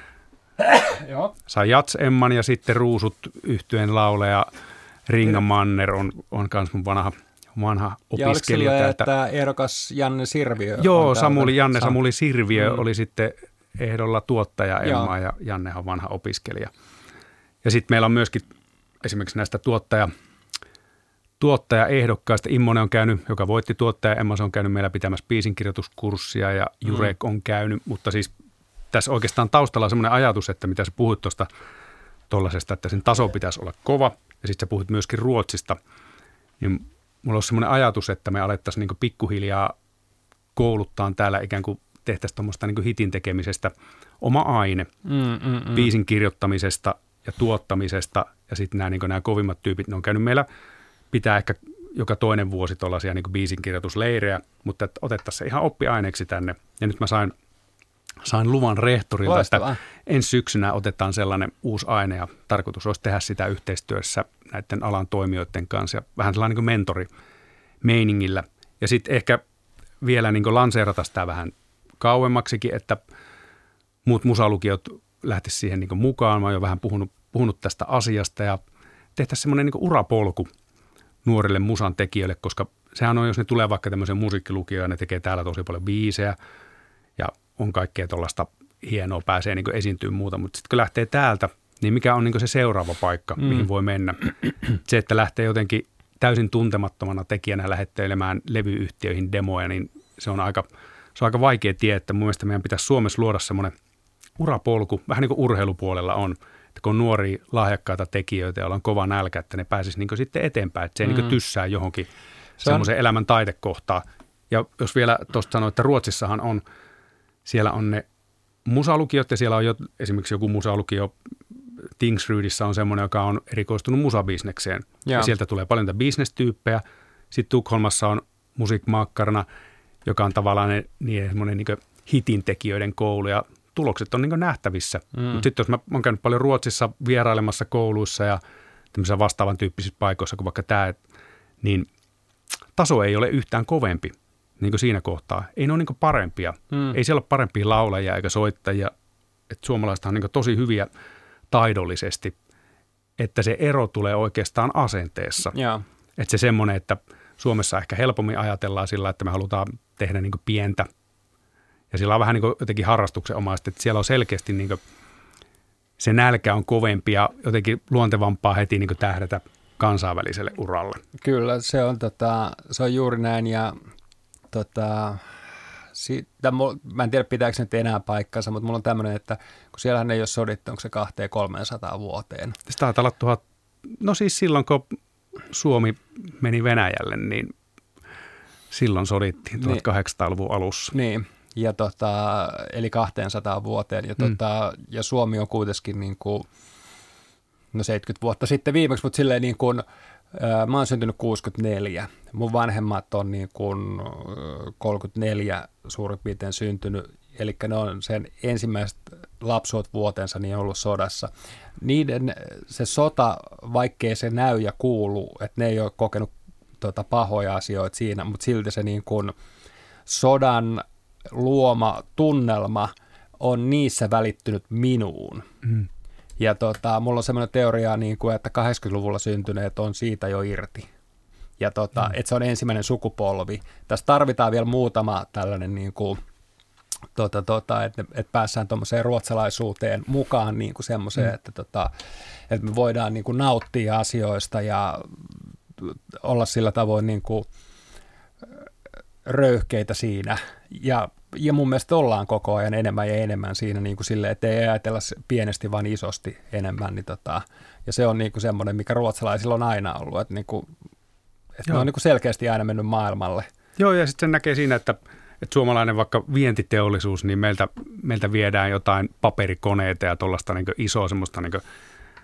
sai Jats Emman ja sitten Ruusut yhtyeen lauleja. Ringa Manner on, on kans mun vanha, vanha opiskelija. Ja oliko että ehdokas Janne Sirviö? Joo, Samuli, Janne Sam- Samuli Sirviö mm. oli sitten ehdolla tuottaja Emma ja Jannehan on vanha opiskelija. Ja sitten meillä on myöskin esimerkiksi näistä tuottaja tuottajaehdokkaista. Immonen on käynyt, joka voitti tuottaja, Emma se on käynyt meillä pitämässä biisinkirjoituskurssia ja Jurek mm. on käynyt, mutta siis tässä oikeastaan taustalla on semmoinen ajatus, että mitä sä puhut tuosta tollasesta, että sen taso pitäisi olla kova ja sitten sä puhut myöskin Ruotsista, niin mulla on semmoinen ajatus, että me alettaisiin niin kuin pikkuhiljaa kouluttaa täällä ikään kuin tehtäisiin tuommoista niin kuin hitin tekemisestä oma aine, mm, mm, mm. biisin kirjoittamisesta ja tuottamisesta ja sitten nämä, niin kuin nämä kovimmat tyypit, ne on käynyt meillä pitää ehkä joka toinen vuosi tuollaisia niin kuin biisinkirjoitusleirejä, mutta että otettaisiin se ihan oppiaineeksi tänne. Ja nyt mä sain, sain luvan rehtorilta, Loistavaa. Että ensi syksynä otetaan sellainen uusi aine ja tarkoitus olisi tehdä sitä yhteistyössä näiden alan toimijoiden kanssa ja vähän sellainen niin kuin mentorimeiningillä. Ja sitten ehkä vielä niin kuin lanseerata sitä vähän kauemmaksikin, että muut musalukiot lähtisivät siihen niin kuin mukaan. Mä oon jo vähän puhunut, puhunut tästä asiasta ja tehtäisiin semmoinen niin kuin urapolku nuorille musan tekijöille, koska sehän on, jos ne tulee vaikka tämmöisen musiikkilukioon ja ne tekee täällä tosi paljon biisejä ja on kaikkea tuollaista hienoa, pääsee niin kuin esiintyyn muuta, mutta sitten kun lähtee täältä, niin mikä on niin kuin se seuraava paikka, mm. mihin voi mennä? Se, että lähtee jotenkin täysin tuntemattomana tekijänä lähettelemään levyyhtiöihin demoja, niin se on aika se on aika vaikea tie, että mun mielestä meidän pitäisi Suomessa luoda semmoinen urapolku, vähän niin kuin urheilupuolella on, että kun on nuoria lahjakkaita tekijöitä, joilla on kova nälkä, että ne pääsisi niin sitten eteenpäin, että se ei mm. niin tyssää johonkin semmoisen elämän taitekohtaan. Ja jos vielä tuosta sanoo, että Ruotsissahan on, siellä on ne musalukiot ja siellä on jo, esimerkiksi joku musalukio, Tingsrydissä on semmoinen, joka on erikoistunut musabisnekseen. Ja. ja sieltä tulee paljon bisnestyyppejä. Sitten Tukholmassa on Musikmakkarna, joka on tavallaan ne, niin semmoinen niin hitintekijöiden koulu ja tulokset on niin nähtävissä. Mm. Mutta sitten jos mä oon käynyt paljon Ruotsissa vierailemassa kouluissa ja tämmöisissä vastaavan tyyppisissä paikoissa kuin vaikka tämä, niin taso ei ole yhtään kovempi niin siinä kohtaa. Ei ne ole niin parempia. Mm. Ei siellä ole parempia laulajia eikä soittajia. Et suomalaiset on niin tosi hyviä taidollisesti, että se ero tulee oikeastaan asenteessa. Yeah. Että se semmoinen, että Suomessa ehkä helpommin ajatellaan sillä, että me halutaan tehdä niin pientä. Ja sillä on vähän niin jotenkin harrastuksenomaisesti, että siellä on selkeästi niin se nälkä on kovempi ja jotenkin luontevampaa heti niin tähdätä kansainväliselle uralle. Kyllä, se on, tota, se on juuri näin ja tota, siitä, mä en tiedä pitääkö se nyt enää paikkansa, mutta mulla on tämmöinen, että kun siellähän ei ole sodittu, onko se kaksi kolmesataa vuoteen. Sitä taitaa olla tuhat, no siis silloin kun Suomi meni Venäjälle, niin silloin sodittiin tuhatkahdeksansataaluvun alussa. Niin, ja tota, eli kaksisataa vuoteen ja, tota, mm. ja Suomi on kuitenkin niin kuin, no seitsemänkymmentä vuotta sitten viimeksi, mutta silleen niin kuin, mä oon syntynyt kuusikymmentäneljä. Mun vanhemmat on niin kuin kolmekymmentäneljä suurin piirtein syntynyt, eli ne on sen ensimmäiset lapsuusvuotensa niin ollut sodassa. Niiden se sota, vaikkei se näy ja kuulu, että ne ei ole kokenut tota, pahoja asioita siinä, mutta silti se niin kuin sodan luoma tunnelma on niissä välittynyt minuun. Mm. Ja tota, mulla on semmoinen teoria, niin kuin, että kahdeksankymmentäluvulla syntyneet on siitä jo irti. Ja tota, mm. että se on ensimmäinen sukupolvi. Tässä tarvitaan vielä muutama tällainen, niin kuin, tota, tota, että, että päässään tuommoiseen ruotsalaisuuteen mukaan niin kuin semmoiseen, mm. että, tota, että me voidaan niin kuin nauttia asioista ja olla sillä tavoin niin kuin röyhkeitä siinä. Ja, ja mun mielestä ollaan koko ajan enemmän ja enemmän siinä niin kuin sille, että ei ajatella pienesti, vaan isosti enemmän. Niin tota, ja se on niin kuin semmoinen, mikä ruotsalaisilla on aina ollut, että, niin kuin, että ne on niin kuin selkeästi aina mennyt maailmalle. Joo, ja sitten sen näkee siinä, että, että suomalainen vaikka vientiteollisuus, niin meiltä, meiltä viedään jotain paperikoneita ja tuollaista niin kuin isoa semmoista niin kuin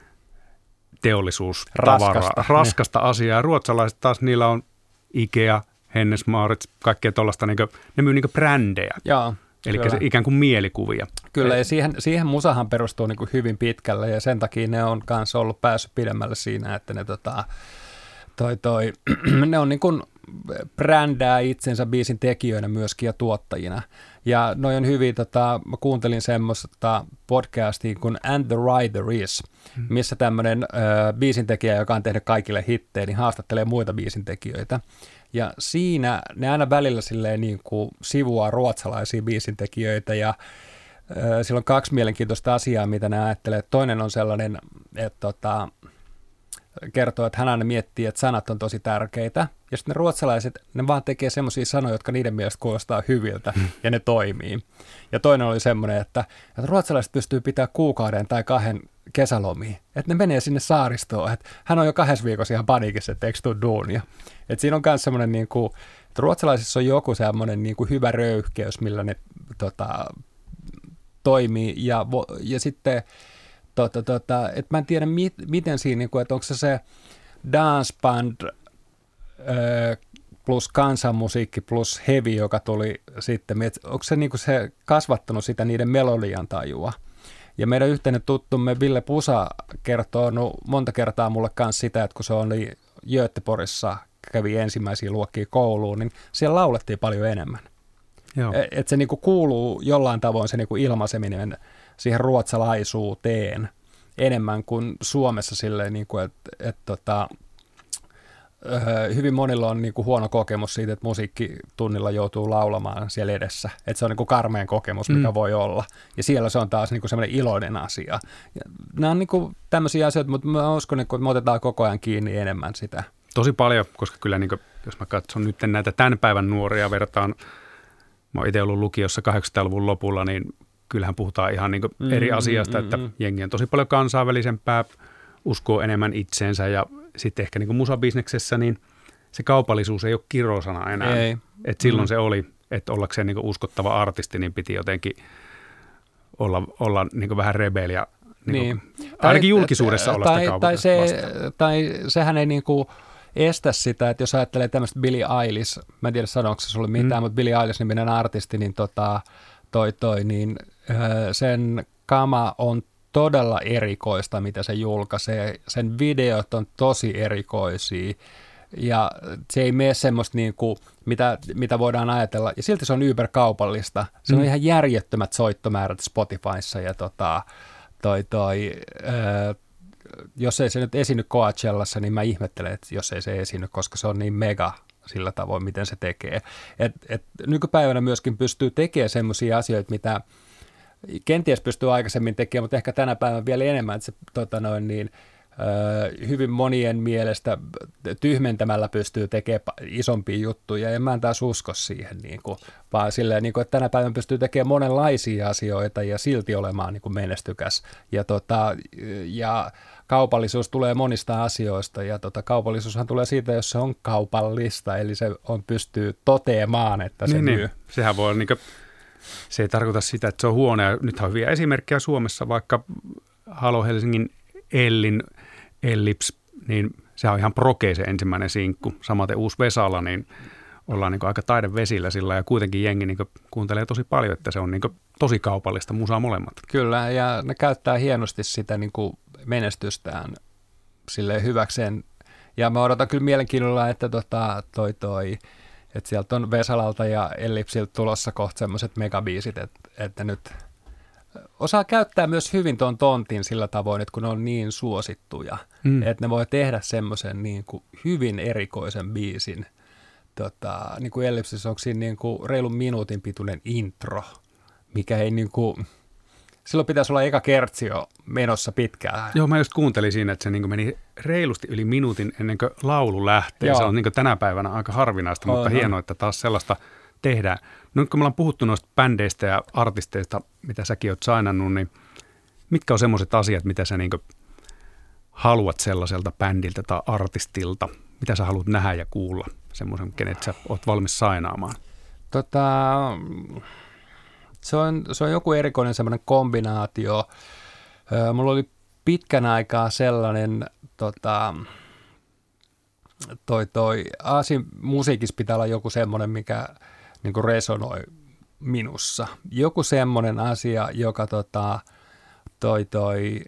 teollisuustavaraa, raskasta, raskasta asiaa. Ruotsalaiset taas, niillä on Ikea, Hennes Mauritz, kaikkea tuollaista, niin ne myy niin brändejä, Joo, eli se ikään kuin mielikuvia. Kyllä, ja siihen, siihen musahan perustuu niin kuin hyvin pitkälle, ja sen takia ne on kanssa ollut päässyt pidemmälle siinä, että ne, tota, toi, toi, ne on niin kuin brändää itsensä biisin tekijöinä myöskin ja tuottajina. Ja noi on hyvin, tota, mä kuuntelin semmoista podcastia kuin And the Writer Is, hmm. missä tämmöinen äh, biisintekijä, joka on tehnyt kaikille hittejä, niin haastattelee muita biisintekijöitä. Ja siinä ne aina välillä silleen niin kuin sivuaa ruotsalaisia biisintekijöitä ja äh, sillä on kaksi mielenkiintoista asiaa, mitä ne ajattelee. Toinen on sellainen, että tota, kertoo, että hän aina miettii, että sanat on tosi tärkeitä. Ja sitten ne ruotsalaiset, ne vaan tekee semmoisia sanoja, jotka niiden mielestä kuulostaa hyviltä mm. ja ne toimii. Ja toinen oli semmoinen, että, että ruotsalaiset pystyy pitämään kuukauden tai kahden kesälomiin. Että ne menee sinne saaristoon. Että hän on jo kahdessa viikossa ihan paniikissa, että eikö tuu duunia. Että siinä on myös semmoinen, niin kuin, että ruotsalaisissa on joku semmoinen niin kuin hyvä röyhkeys, millä ne tota, toimii. Ja, ja sitten, tota, tota, että mä en tiedä, mit, miten siinä, niin kuin, että onko se se dance band plus kansanmusiikki plus heavy, joka tuli sitten, että onko se, niin kuin se kasvattanut sitä niiden melodian tajua. Ja meidän yhteinen tuttumme Ville Pusa kertoo no, monta kertaa mulle kanssa sitä, että kun se oli Göteborgissa, kävi ensimmäisiä luokkia kouluun, niin siellä laulettiin paljon enemmän. Että et se niinku kuuluu jollain tavoin se niinku ilmaiseminen siihen ruotsalaisuuteen enemmän kuin Suomessa silleen, niinku, että et, tota, hyvin monilla on niinku huono kokemus siitä, että musiikkitunnilla joutuu laulamaan siellä edessä. Että se on niinku karmeen kokemus, mikä mm. voi olla. Ja siellä se on taas niinku semmoinen iloinen asia. Ja nämä on niinku tämmöisiä asioita, mutta mä uskon, että me otetaan koko ajan kiinni enemmän sitä. Tosi paljon, koska kyllä niinku, jos mä katson nyt näitä tämän päivän nuoria, vertaan mä oon itse ollut lukiossa kahdeksankymmentäluvun lopulla, niin kyllähän puhutaan ihan niin kuin eri Mm, asiasta, mm, että mm. jengi on tosi paljon kansainvälisempää, uskoo enemmän itseensä ja sitten ehkä niin kuin musabisneksessä, niin se kaupallisuus ei ole kirosana enää. Ei. Et silloin Mm. se oli, että ollakseen niin kuin uskottava artisti, niin piti jotenkin olla, olla niin kuin vähän rebelia. Niin Niin. ainakin julkisuudessa olla tai, sitä tai, kaupallista se, vastaan. tai sehän ei niinku estä sitä, että jos ajattelee tämmöistä Billie Eilish, mä en tiedä sanoiko se sulle mitään, mm. mutta Billie Eilish-niminen artisti, niin tota, toi toi, niin sen kama on todella erikoista, mitä se julkaisee. Sen videot on tosi erikoisia ja se ei mene semmoista, niin kuin, mitä, mitä voidaan ajatella. Ja silti se on yberkaupallista. Se on mm. ihan järjettömät soittomäärät Spotifyssa ja tota, toi, toi, äh, jos ei se nyt esiinny Coachellassa, niin mä ihmettelen, että jos ei se esiinny, koska se on niin mega sillä tavoin, miten se tekee. Et, et nykypäivänä myöskin pystyy tekemään semmoisia asioita, mitä kenties pystyy aikaisemmin tekemään, mutta ehkä tänä päivänä vielä enemmän, että se tota noin, niin, ö, hyvin monien mielestä tyhmentämällä pystyy tekemään isompia juttuja, ja mä en taas usko siihen, niin kuin, vaan silleen, niin kuin, että tänä päivänä pystyy tekemään monenlaisia asioita ja silti olemaan niin kuin menestykäs. Ja, tota, ja kaupallisuus tulee monista asioista, ja tota, kaupallisuushan tulee siitä, jos se on kaupallista, eli se on pystyy toteamaan, että se niin, myy. Niin. Sehän voi olla niin kuin, se ei tarkoita sitä, että se on huono. Ja nythän on hyviä esimerkkejä Suomessa, vaikka Halo Helsingin Ellin Ellips, niin sehän on ihan prokee se ensimmäinen sinkku. Samaten Uusi Vesala, niin ollaan niin kuin aika taidevesillä sillä ja kuitenkin jengi niin kuin kuuntelee tosi paljon, että se on niin kuin tosi kaupallista musaa molemmat. Kyllä, ja ne käyttää hienosti sitä niin kuin menestystään silleen hyväkseen. Ja mä odotan kyllä mielenkiinnolla, että tota, toi toi, että sieltä on Vesalalta ja Ellipsiltä tulossa kohta semmoiset megabiisit, että, että nyt osaa käyttää myös hyvin tuon tontin sillä tavoin, että kun ne on niin suosittuja, mm. että ne voi tehdä semmoisen niin kuin hyvin erikoisen biisin. Tota, niin kuin Ellipsissä onko siinä niin kuin reilun minuutin pituinen intro, mikä ei niin kuin, silloin pitäisi olla eka kertsio menossa pitkään. Joo, mä just kuuntelin siinä, että se niin kuin meni reilusti yli minuutin ennen kuin laulu lähtee. Joo. Se on niin kuin tänä päivänä aika harvinaista, mutta Oho. hienoa, että taas sellaista tehdään. No nyt kun me ollaan puhuttu noista bändeistä ja artisteista, mitä säkin oot sainannut, niin mitkä on semmoiset asiat, mitä sä niin kuin haluat sellaiselta bändiltä tai artistilta? Mitä sä haluat nähdä ja kuulla semmoisen, kenet sä oot valmis sainaamaan? Tota, se, on, se on joku erikoinen semmoinen kombinaatio. Mulla oli pitkän aikaa sellainen, tota, toi, toi, Aasin musiikissa pitää olla joku semmoinen, mikä niin kuin resonoi minussa. Joku semmoinen asia, joka tota, toi, toi,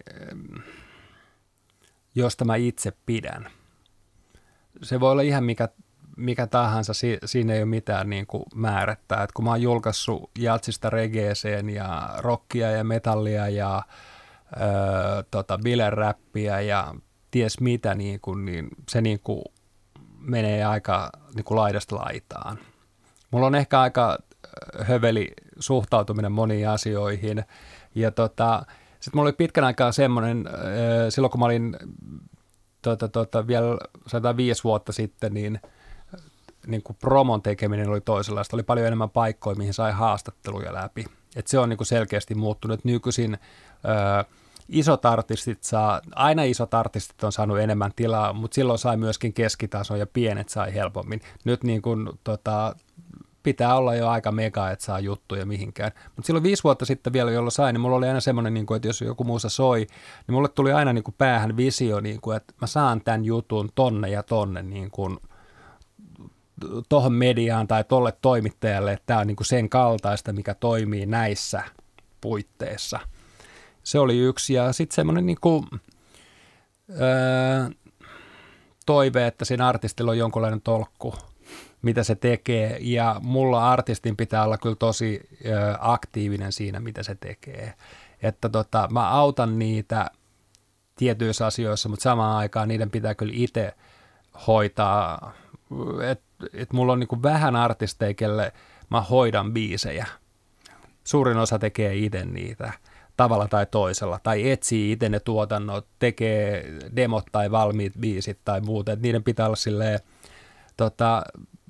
josta mä itse pidän. Se voi olla ihan mikä, mikä tahansa, si, siinä ei ole mitään niin kuin määrättä. Et kun mä oon julkaissut jatsista regeeseen ja rockia ja metallia ja öö, tota, bileräppiä ja ties mitä, niin, kuin, niin se niin kuin menee aika niin kuin laidasta laitaan. Mulla on ehkä aika höveli suhtautuminen moniin asioihin ja tota, sitten mulla oli pitkän aikaa semmoinen, öö, silloin kun mä olin Tota, tota, vielä sanotaan viisi vuotta sitten, niin, niin kuin promon tekeminen oli toisenlaista. Oli paljon enemmän paikkoja, mihin sai haastatteluja läpi. Et se on niin kuin selkeästi muuttunut. Nykyisin ö, isot artistit saa, aina isot artistit on saanut enemmän tilaa, mutta silloin sai myöskin keskitaso ja pienet sai helpommin. Nyt niin kuin, tota, pitää olla jo aika mega, että saa juttuja mihinkään. Mutta silloin viisi vuotta sitten vielä, jolloin sain, niin mulla oli aina semmoinen, niin kuin, että jos joku muussa soi, niin mulle tuli aina niin kuin päähän visio, niin kuin, että mä saan tämän jutun tonne ja tonne niin kuin, tohon mediaan tai tolle toimittajalle, että tämä on niin kuin sen kaltaista, mikä toimii näissä puitteissa. Se oli yksi. Ja sitten semmoinen niin kuin, öö, toive, että siinä artistilla on jonkunlainen tolkku, mitä se tekee, ja mulla artistin pitää olla kyllä tosi ö, aktiivinen siinä, mitä se tekee. Että tota, mä autan niitä tietyissä asioissa, mutta samaan aikaan niiden pitää kyllä itse hoitaa. Että et mulla on niinku vähän artisteja, kelle mä hoidan biisejä. Suurin osa tekee itse niitä tavalla tai toisella, tai etsii itse ne tuotannot, tekee demot tai valmiit biisit tai muuta. Et niiden pitää olla silleen, tota,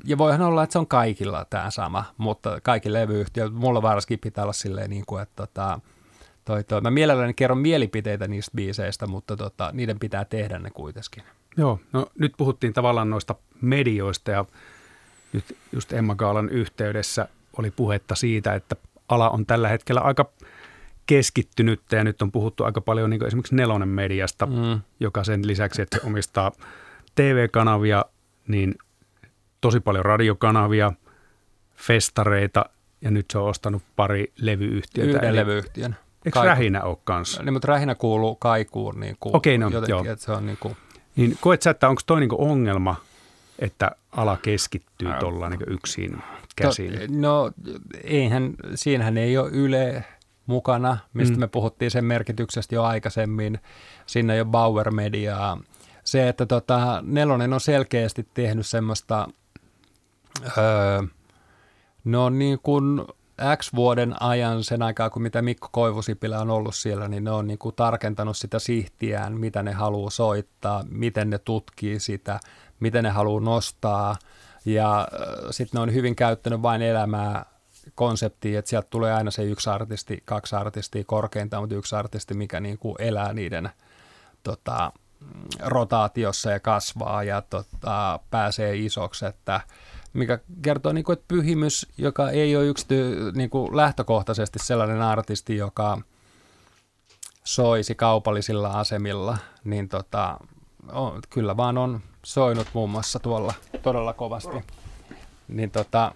ja voihan olla, että se on kaikilla tämä sama, mutta kaikilla levyyhtiöillä, mulla varsinkin pitää olla silleen, niin kuin, että tota, toi, toi, mä mielelläni kerron mielipiteitä niistä biiseistä, mutta tota, niiden pitää tehdä ne kuitenkin. Joo, no nyt puhuttiin tavallaan noista medioista ja nyt just Emma Gaalan yhteydessä oli puhetta siitä, että ala on tällä hetkellä aika keskittynyt ja nyt on puhuttu aika paljon niin kuin esimerkiksi Nelonen mediasta, mm. joka sen lisäksi, että se omistaa T V-kanavia, niin tosi paljon radiokanavia, festareita ja nyt se on ostanut pari levyyhtiötä. Yhden levyyhtiön. Eikö Kaiku. Rähinä ole kanssa? Niin, mutta Rähinä kuuluu Kaikuun niin kuin Okei, no, jotenkin, joo. että se on niin kuin... Niin koet sä, että onko toi niin kuin ongelma, että ala keskittyy tuolla niin yksin käsiin? To, no eihän, siinähän ei ole Yle mukana, mistä mm. me puhuttiin sen merkityksestä jo aikaisemmin. Siinä ei ole Bauer Mediaa. Se, että tota, Nelonen on selkeästi tehnyt semmoista, öö, no niin kuin X vuoden ajan sen aikaa, kun mitä Mikko Koivusipilä on ollut siellä, niin ne on niin kuin tarkentanut sitä sihtiään, mitä ne haluaa soittaa, miten ne tutkii sitä, miten ne haluaa nostaa. Ja sitten ne on hyvin käyttänyt vain elämää konseptia, että sieltä tulee aina se yksi artisti, kaksi artistia korkeintaan, mutta yksi artisti, mikä niin kuin elää niiden tota, rotaatiossa ja kasvaa ja tota, pääsee isoksi, että mikä kertoo, niin kuin, että Pyhimys, joka ei ole yksity, niin kuin lähtökohtaisesti sellainen artisti, joka soisi kaupallisilla asemilla, niin tota, on, kyllä vaan on soinut muun muassa tuolla todella kovasti. Niin tota,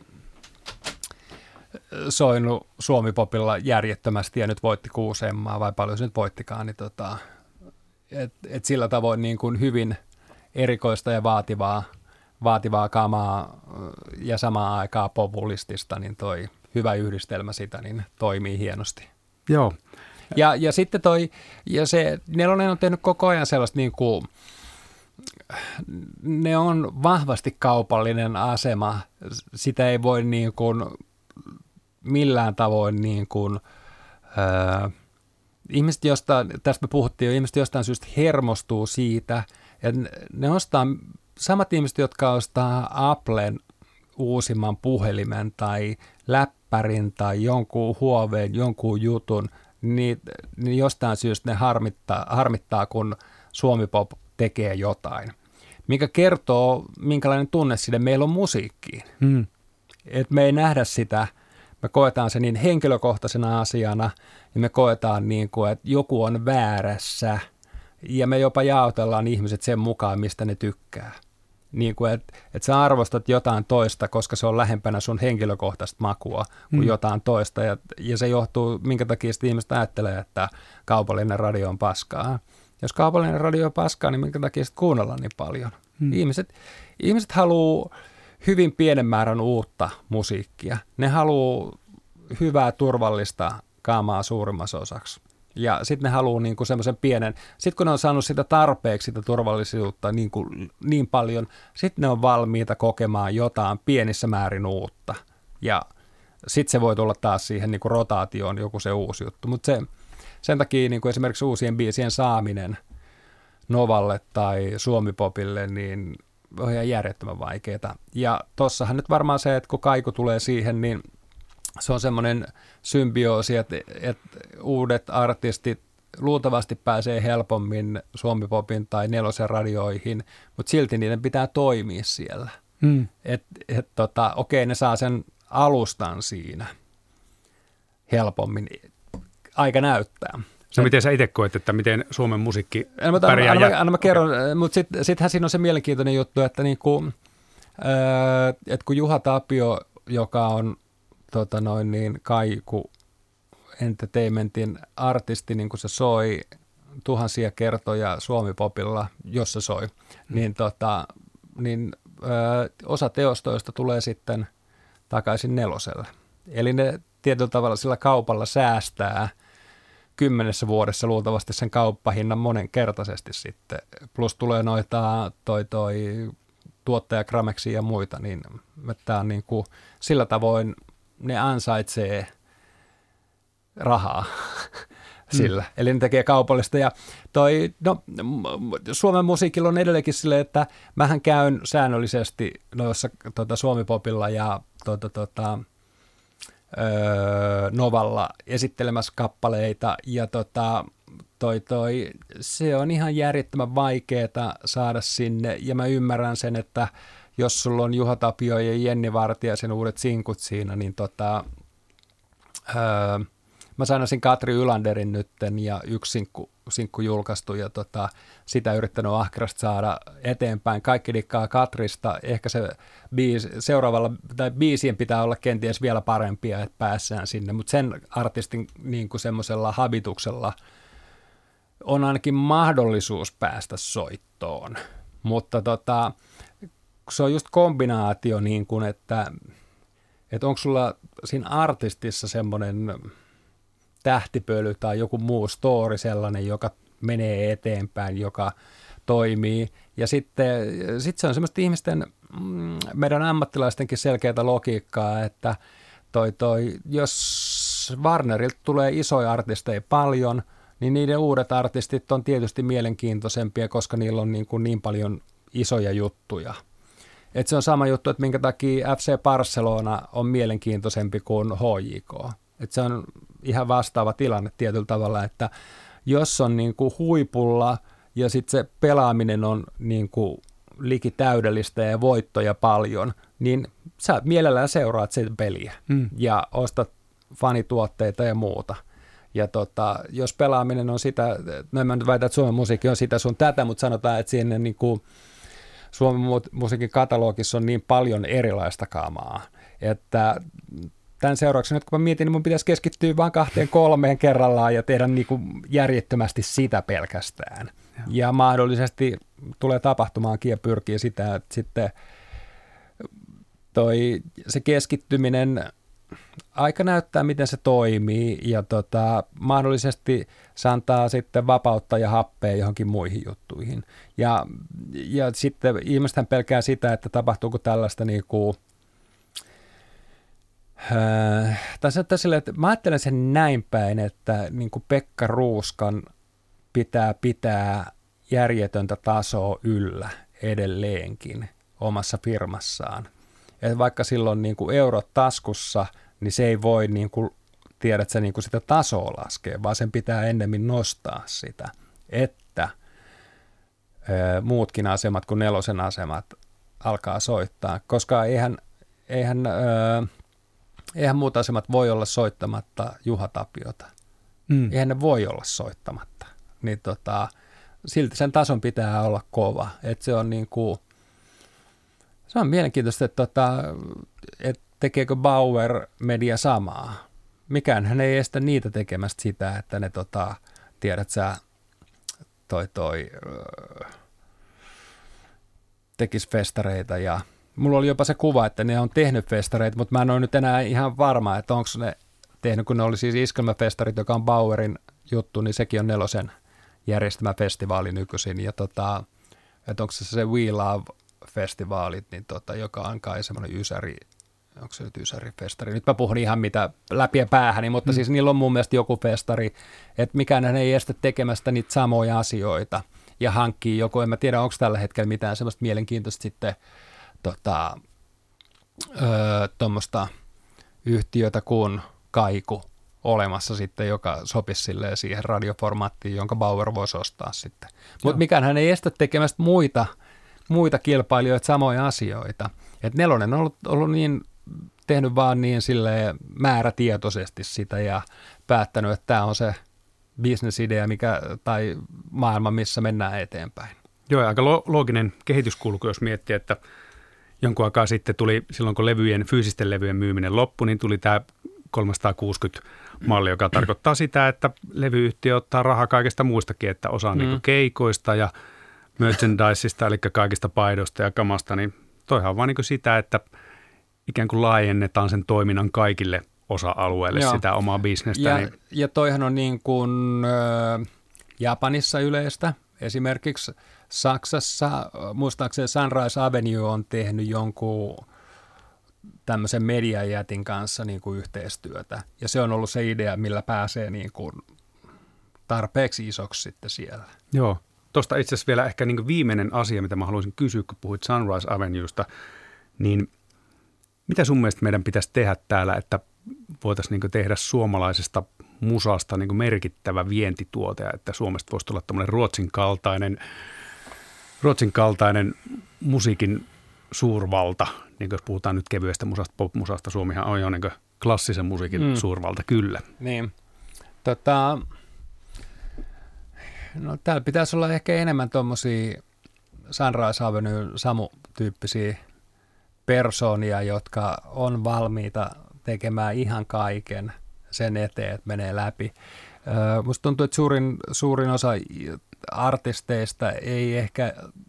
soinut Suomi-popilla järjettömästi ja nyt voitti kuusi emmaa, vai paljon se nyt voittikaan, niin tota, et, et sillä tavoin niin kuin hyvin erikoista ja vaativaa, vaativaa kamaa ja samaan aikaan populistista, niin toi hyvä yhdistelmä sitä niin toimii hienosti. Joo. Ja, ja sitten toi, ja se Nelonen on tehnyt koko ajan sellaista niin kuin, ne on vahvasti kaupallinen asema, sitä ei voi niin kuin millään tavoin niin kuin, ää, ihmiset jostain, tästä me puhuttiin jo, ihmiset jostain syystä hermostuu siitä, että ne ostaa, samat ihmiset, jotka ostaa Applen uusimman puhelimen tai läppärin tai jonkun Huaweiin, jonkun jutun, niin, niin jostain syystä ne harmittaa, harmittaa, kun Suomi-pop tekee jotain, mikä kertoo, minkälainen tunneside meillä on musiikkiin. Mm. Et me ei nähdä sitä, me koetaan se niin henkilökohtaisena asiana, ja me koetaan niin kuin, että joku on väärässä, ja me jopa jaotellaan ihmiset sen mukaan, mistä ne tykkää. Niin kuin, että, että sä arvostat jotain toista, koska se on lähempänä sun henkilökohtaista makua kuin mm. jotain toista, ja, ja se johtuu, minkä takia ihmiset ajattelee, että kaupallinen radio on paskaa. Jos kaupallinen radio on paskaa, niin minkä takia sitten kuunnellaan niin paljon? Hmm. Ihmiset, ihmiset haluaa hyvin pienen määrän uutta musiikkia. Ne haluaa hyvää, turvallista kaamaa suurimmassa osaksi. Ja sitten ne haluaa niinku semmoisen pienen, sitten kun ne on saanut sitä tarpeeksi, sitä turvallisuutta niin, kuin, niin paljon, sitten ne on valmiita kokemaan jotain pienissä määrin uutta. Ja sitten se voi tulla taas siihen niinku rotaatioon joku se uusi juttu, mutta se... Sen takia niin kuin esimerkiksi uusien biisien saaminen Novalle tai Suomi-popille niin on ihan järjettömän vaikeaa. Ja tossahan nyt varmaan se, että kun Kaiku tulee siihen, niin se on semmoinen symbioosi, että, että uudet artistit luultavasti pääsee helpommin Suomi-popin tai Nelosen radioihin, mutta silti niiden pitää toimia siellä. Mm. Että et, tota, okei, ne saa sen alustan siinä helpommin. Aika näyttää. No miten sä itse koet, että miten Suomen musiikki anna, pärjää? Anna, ja... anna mä kerron, okay. Mutta sitten sittenhän siinä on se mielenkiintoinen juttu, että, niinku, äh, että kun Juha Tapio, joka on tota noin niin, Kaiku Entertainmentin artisti, niin kun se soi tuhansia kertoja Suomi-popilla, jos se soi, hmm. niin, tota, niin äh, osa teostoista tulee sitten takaisin Neloselle. Eli ne tietyllä tavalla sillä kaupalla säästää kymmenessä vuodessa luultavasti sen kauppahinnan monenkertaisesti sitten. Plus tulee noita toi, toi, tuottajakrameksia ja muita, niin tämä on niin kuin, sillä tavoin ne ansaitsee rahaa sillä. Mm. Eli ne tekee kaupallista. Ja toi, no, Suomen musiikilla on edelleenkin silleen, että mähän käyn säännöllisesti noissa tota, Suomi-popilla ja tota, tota, öö, Novalla esittelemässä kappaleita. Ja tota, toi, toi, se on ihan järjettömän vaikeaa saada sinne. Ja mä ymmärrän sen, että jos sulla on Juha Tapio ja Jenni Vartiaisen uudet sinkut siinä, niin tota, öö, mä sainasin Katri Ylanderin nytten ja yksi sinkku, sinkku julkaistu ja tota, sitä yrittänyt ahkerasti saada eteenpäin. Kaikki dikkaa Katrista. Ehkä se biisi, seuraavalla, tai biisien pitää olla kenties vielä parempia, että päässään sinne, mutta sen artistin niin kuin semmoisella habituksella on ainakin mahdollisuus päästä soittoon. Mutta tota, se on just kombinaatio, niin kuin, että, että onko sulla siinä artistissa semmoinen tähtipöly tai joku muu story sellainen, joka menee eteenpäin, joka toimii. Ja sitten sit se on semmoista ihmisten, meidän ammattilaistenkin selkeää logiikkaa, että toi, toi, jos Warnerilta tulee isoja artisteja paljon, niin niiden uudet artistit on tietysti mielenkiintoisempia, koska niillä on niin, kuin niin paljon isoja juttuja. Et se on sama juttu, että minkä takia F C Barcelona on mielenkiintoisempi kuin H J K. Et se on ihan vastaava tilanne tietyllä tavalla, että jos on niin kuin huipulla ja sitten se pelaaminen on niin kuin liki täydellistä ja voittoja paljon, niin sä mielellään seuraat sitä peliä mm. ja ostat fanituotteita ja muuta. Ja tota, jos pelaaminen on sitä, no en mä nyt väitä, että Suomen musiikki on sitä sun tätä, mutta sanotaan, että siinä niin kuin Suomen musiikin katalogissa on niin paljon erilaista kamaa, että tämän seurauksena, kun mä mietin, niin mun pitäisi keskittyä vain kahteen kolmeen kerrallaan ja tehdä niin kuin järjettömästi sitä pelkästään. Ja. ja mahdollisesti tulee tapahtumaankin ja pyrkii sitä, että sitten toi, se keskittyminen aika näyttää, miten se toimii ja tota, mahdollisesti se antaa sitten vapautta ja happea johonkin muihin juttuihin. Ja, ja sitten ihmisethän pelkää sitä, että tapahtuuko tällaista niin kuin Öö, tässä, tässä, että mä ajattelen sen näin päin, että niin kuin Pekka Ruuskan pitää pitää järjetöntä tasoa yllä edelleenkin omassa firmassaan. Että vaikka silloin niin kuin eurot taskussa, niin se ei voi niin kuin, tiedät sä, niin kuin sitä tasoa laskea, vaan sen pitää ennemmin nostaa sitä, että öö, muutkin asemat kuin nelosen asemat alkaa soittaa, koska eihän, eihän öö, Eihän muut asemat voi olla soittamatta Juha Tapiota. Mm. Eihän ne voi olla soittamatta. Niin tota, silti sen tason pitää olla kova. Et se on niinku, se on mielenkiintoista, että tota, et tekeekö Bauer Media samaa. Mikään hän ei estä niitä tekemästä sitä, että ne tota, tiedät sä, toi toi, tekis festareita ja mulla oli jopa se kuva, että ne on tehnyt festareita, mutta mä en ole nyt enää ihan varma, että onko ne tehnyt, kun ne oli siis Iskelmäfestarit, joka on Bauerin juttu, niin sekin on nelosen järjestämä festivaali nykyisin. Ja tota, että onko se se We Love-festivaalit, niin tota, joka on kai semmoinen ysäri, onko se nyt ysärifestari? Nyt mä puhun ihan mitä läpi ja päähäni, mutta mm. siis niillä on mun mielestä joku festari, että mikään ei estä tekemästä niitä samoja asioita ja hankkii joku, en mä tiedä, onko tällä hetkellä mitään semmoista mielenkiintoista sitten Tota, tuommoista yhtiötä kuin Kaiku olemassa sitten, joka sopisi siihen radioformaattiin, jonka Bauer voisi ostaa sitten. Mutta mikään hän ei estä tekemästä muita, muita kilpailijoita samoja asioita. Et nelonen on ollut, ollut niin, tehnyt vaan niin silleen määrätietoisesti sitä ja päättänyt, että tämä on se bisnesidea mikä, tai maailma, missä mennään eteenpäin. Joo, aika looginen kehityskulku, jos miettii, että jonkun aikaa sitten tuli, silloin kun levyjen, fyysisten levyjen myyminen loppui, niin tuli tämä kolmesataakuusikymmentä-malli, joka tarkoittaa sitä, että levyyhtiö ottaa rahaa kaikesta muustakin, että osa mm. niin keikoista ja merchandiseista, eli kaikista paidoista ja kamasta, niin toihan on vaan niin sitä, että ikään kuin laajennetaan sen toiminnan kaikille osa-alueelle Joo. sitä omaa bisnestä. Ja, niin. ja toihan on niin kuin äh, Japanissa yleistä, esimerkiksi Saksassa, muistaakseni Sunrise Avenue on tehnyt jonkun tämmöisen mediajätin kanssa niin kuin yhteistyötä. Ja se on ollut se idea, millä pääsee niin kuin tarpeeksi isoksi sitten siellä. Joo. Tuosta itse asiassa vielä ehkä niin viimeinen asia, mitä mä haluaisin kysyä, kun puhuit Sunrise Avenuesta, niin mitä sun mielestä meidän pitäisi tehdä täällä, että voitaisiin niin tehdä suomalaisesta musasta niin merkittävä vientituote, että Suomesta voisi tulla tämmöinen Ruotsin kaltainen, Ruotsin kaltainen musiikin suurvalta, niin jos puhutaan nyt kevyestä musasta, pop-musasta, Suomihan on jo niin klassisen musiikin mm. suurvalta, kyllä. Niin, tota, no täällä pitäisi olla ehkä enemmän tuommoisia Sunrise Avenue Samu-tyyppisiä persoonia, jotka on valmiita tekemään ihan kaiken sen eteen, että menee läpi. Musta tuntuu, että suurin, suurin osa artisteista ei ehkä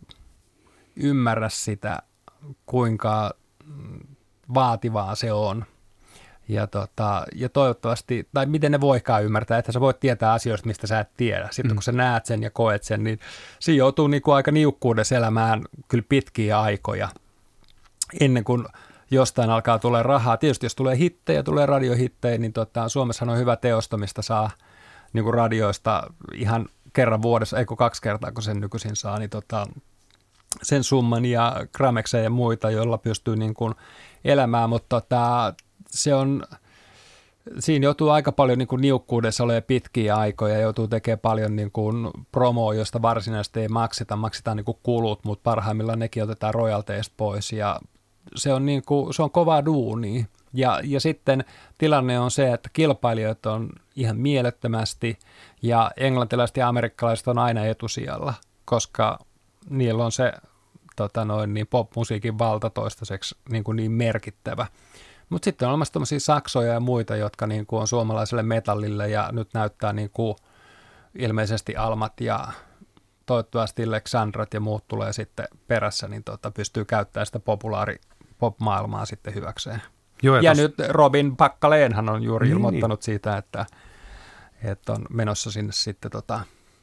ymmärrä sitä, kuinka vaativaa se on. Ja, tota, ja toivottavasti, tai miten ne voikaan ymmärtää, että sä voit tietää asioista, mistä sä et tiedä. Sitten mm. kun sä näet sen ja koet sen, niin siinä joutuu niinku aika niukkuudessa elämään kyllä pitkiä aikoja ennen kuin jostain alkaa tulee rahaa. Tietysti jos tulee hittejä, tulee radiohittejä, niin tota, Suomessahan on hyvä teosto, mistä saa niin kuin radioista ihan kerran vuodessa, eikö kaksi kertaa, kun sen nykyisin saa, niin tota, sen summan ja Gramexia ja muita, joilla pystyy niin kuin elämään, mutta tota, se on, siinä joutuu aika paljon niin kuin niukkuudessa olemaan pitkiä aikoja, joutuu tekemään paljon niin kuin promoa, josta varsinaisesti ei makseta, maksetaan niin kuin kulut, mutta parhaimmillaan nekin otetaan royalteista pois ja se on, niin kuin, se on kovaa duunia. Ja, ja sitten tilanne on se, että kilpailijoita on ihan mielettömästi ja englantilaiset ja amerikkalaiset on aina etusijalla, koska niillä on se tota noin, niin pop-musiikin valta toistaiseksi niin, kuin niin merkittävä. Mutta sitten on olemassa tämmöisiä saksoja ja muita, jotka niin kuin on suomalaiselle metallille ja nyt näyttää niin kuin ilmeisesti Almat ja toivottavasti Lexandrat ja muut tulee sitten perässä, niin tota pystyy käyttämään sitä populaari pop-maailmaa sitten hyväkseen. Joo, ja ja tos... nyt Robin Packalenhan on juuri niin, ilmoittanut niin. siitä, että, että on menossa sinne sitten tota,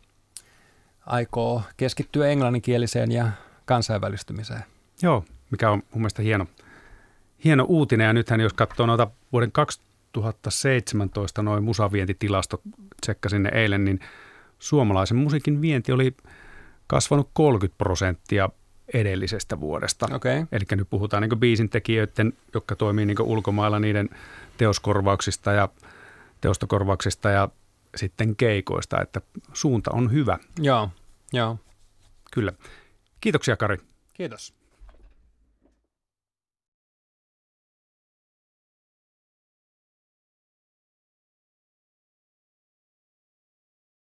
aikoo keskittyä englanninkieliseen ja kansainvälistymiseen. Joo, mikä on mun mielestä hieno, hieno uutinen. Ja nythän jos katsoo noita vuoden kaksituhattaseitsemäntoista noin musavientitilastot, tsekkasin ne eilen, niin suomalaisen musiikin vienti oli kasvanut kolmekymmentä prosenttia edellisestä vuodesta. Okay. Eli nyt puhutaan niin biisintekijöiden, jotka toimii niin ulkomailla niiden teoskorvauksista ja teostokorvauksista ja sitten keikoista, että suunta on hyvä. Joo, joo. Kyllä. Kiitoksia, Kari. Kiitos.